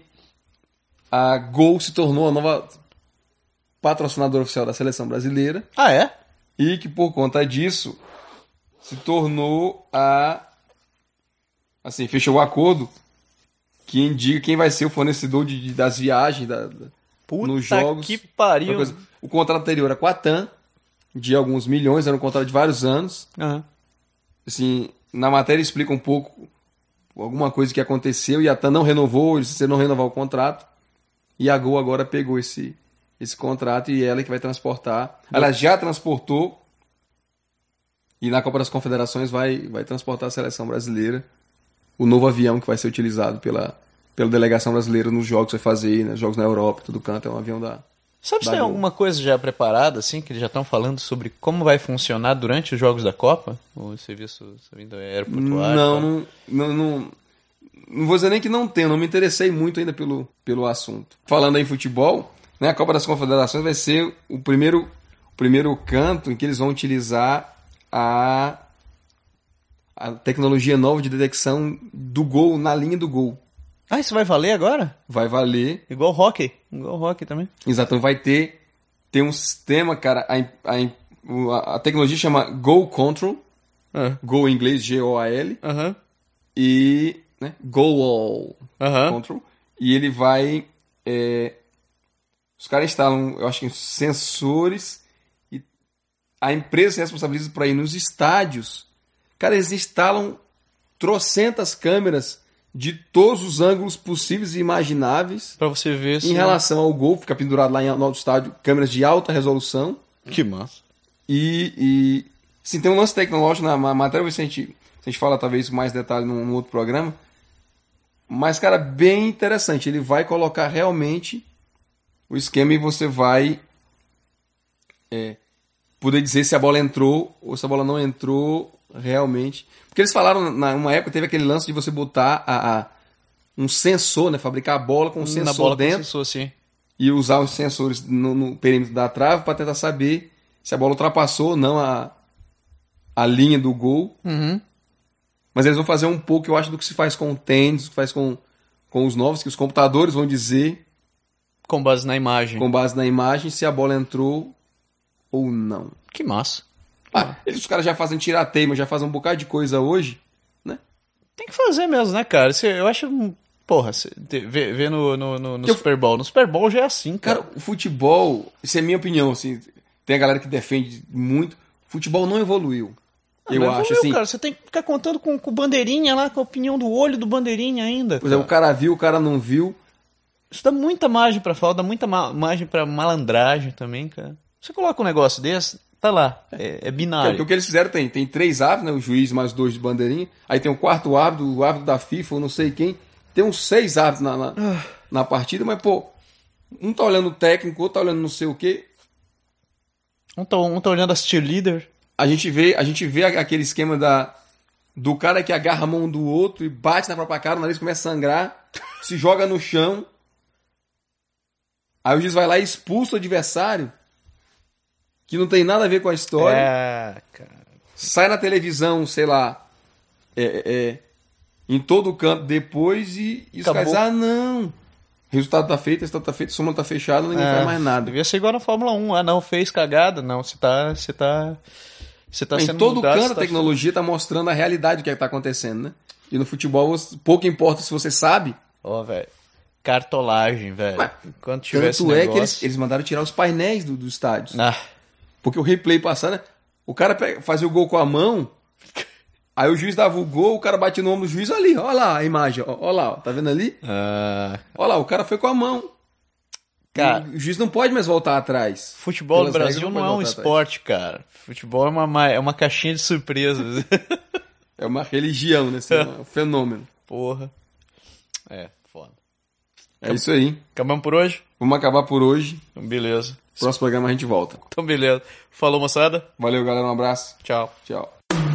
a Gol se tornou a nova patrocinadora oficial da seleção brasileira. Ah, é? E que por conta disso... se tornou a... Assim, fechou o acordo que indica quem vai ser o fornecedor de, de, das viagens da, da, Puta nos jogos. Que pariu. O contrato anterior era com a TAM, de alguns milhões, era um contrato de vários anos. Uhum. Assim, na matéria explica um pouco alguma coisa que aconteceu e a TAM não renovou, eles decidiram não renovar o contrato. E a Gol agora pegou esse, esse contrato e ela que vai transportar. Ela já transportou. E na Copa das Confederações vai, vai transportar a seleção brasileira. O novo avião que vai ser utilizado pela, pela delegação brasileira nos jogos que vai fazer, né? Jogos na Europa, tudo canto, é um avião da... Sabe da se tem alguma coisa já preparada, assim, que eles já estão falando sobre como vai funcionar durante os jogos da Copa? O serviço aeroportuário? Não, não, não, não, não vou dizer nem que não tem, eu não me interessei muito ainda pelo, pelo assunto. Falando aí em futebol, né, a Copa das Confederações vai ser o primeiro, o primeiro canto em que eles vão utilizar A, a tecnologia nova de detecção do gol na linha do gol. Ah, isso vai valer agora? Vai valer. Igual o hockey. Igual o hockey também. Exato, vai ter, ter um sistema, cara, a, a, a tecnologia chama Goal Control. Uhum. Goal em inglês, G O A L. Uhum. E né, Goal uhum. Control. E ele vai... É, os caras instalam, eu acho que sensores... A empresa se responsabiliza para ir nos estádios. Cara, eles instalam trocentas câmeras de todos os ângulos possíveis e imagináveis. Para você ver se... Em relação ao gol, fica pendurado lá no outro estádio, câmeras de alta resolução. Que massa. E, e sim, tem um lance tecnológico na matéria, se a gente, se a gente fala talvez com mais detalhe num, num outro programa. Mas, cara, bem interessante. Ele vai colocar realmente o esquema e você vai... É, poder dizer se a bola entrou ou se a bola não entrou realmente. Porque eles falaram, numa época, teve aquele lance de você botar a, a, um sensor, né? Fabricar a bola com um sensor Na bola dentro. Com sensor, sim. E usar os sensores no, no perímetro da trave para tentar saber se a bola ultrapassou ou não a, a linha do gol. Uhum. Mas eles vão fazer um pouco, eu acho, do que se faz com o tênis, do que faz com, com os novos, que os computadores vão dizer... Com base na imagem. Com base na imagem, se a bola entrou... ou não? Que massa. Ah, eles, os caras já fazem tirateima, já fazem um bocado de coisa hoje, né? Tem que fazer mesmo, né, cara? Eu acho... Porra, vê, vê no, no, no, no Super Bowl. No Super Bowl já é assim, cara. Cara, o futebol... Isso é minha opinião, assim. Tem a galera que defende muito. O futebol não evoluiu. Ah, eu não acho, evoluiu, assim... cara. Você tem que ficar contando com, com o bandeirinha lá, com a opinião do olho do bandeirinha ainda. Pois é, o cara viu, o cara não viu. Isso dá muita margem pra falta, dá muita ma- margem pra malandragem também, cara. Você coloca um negócio desse, tá lá, é, é binário. Porque o que eles fizeram tem, tem três árbitros, né? O juiz mais dois de bandeirinha. Aí tem o quarto árbitro, o árbitro da FIFA, ou não sei quem. Tem uns seis árbitros na, na, Ah. na partida, mas, pô, um tá olhando o técnico, outro tá olhando não sei o quê. Um tá, um tá olhando as cheerleader. A gente vê, a gente vê aquele esquema da, do cara que agarra a mão do outro e bate na própria cara, o nariz começa a sangrar, se joga no chão. Aí o juiz vai lá e expulsa o adversário, que não tem nada a ver com a história. É, cara. Sai na televisão, sei lá, é, é, em todo o campo depois e, e os Acabou. caras, ah, não. Resultado tá feito, resultado tá feito, súmula tá fechada, ninguém É, faz mais nada. Devia ser igual na Fórmula um. Ah, não, fez cagada. Não, você tá... Você tá... Você tá Em sendo todo mudado, canto você a tá- tecnologia tá mostrando a realidade do que é que tá acontecendo, né? E no futebol, pouco importa se você sabe. Ó, velho. Cartolagem, velho. Mas, Enquanto tivesse Tanto é negócio... que eles, eles mandaram tirar os painéis do, dos estádios. Ah, Porque o replay passando, né? O cara pega, fazia o gol com a mão, aí o juiz dava o gol, o cara batia no ombro do juiz ali, ó lá a imagem, ó, ó lá, ó, tá vendo ali? ah, Ó lá, o cara foi com a mão. cara, E o juiz não pode mais voltar atrás. futebol no Pelas regras, Brasil não não pode é um voltar atrás. esporte, cara. Futebol é uma, ma- é uma caixinha de surpresas. É uma religião, né? Assim, um fenômeno. Porra. É, foda. É isso aí. Acabamos por hoje? Vamos acabar por hoje. Então, beleza. Próximo programa a gente volta. Então, beleza. Falou, moçada. Valeu, galera. Um abraço. Tchau. Tchau.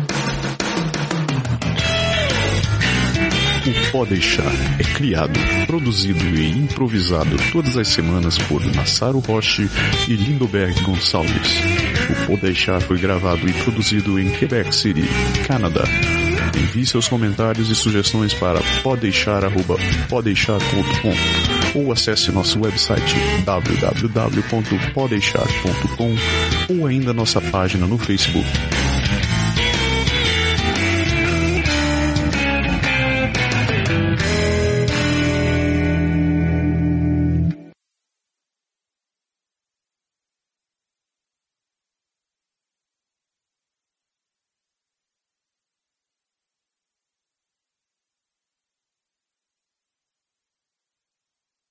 O Pode Deixar é criado, produzido e improvisado todas as semanas por Massaro Roche e Lindoberg Gonçalves. O Pode Deixar foi gravado e produzido em Quebec City, Canadá. Envie seus comentários e sugestões para podeixar arroba podeixar ponto com ou acesse nosso website w w w ponto podeixar ponto com ou ainda nossa página no Facebook.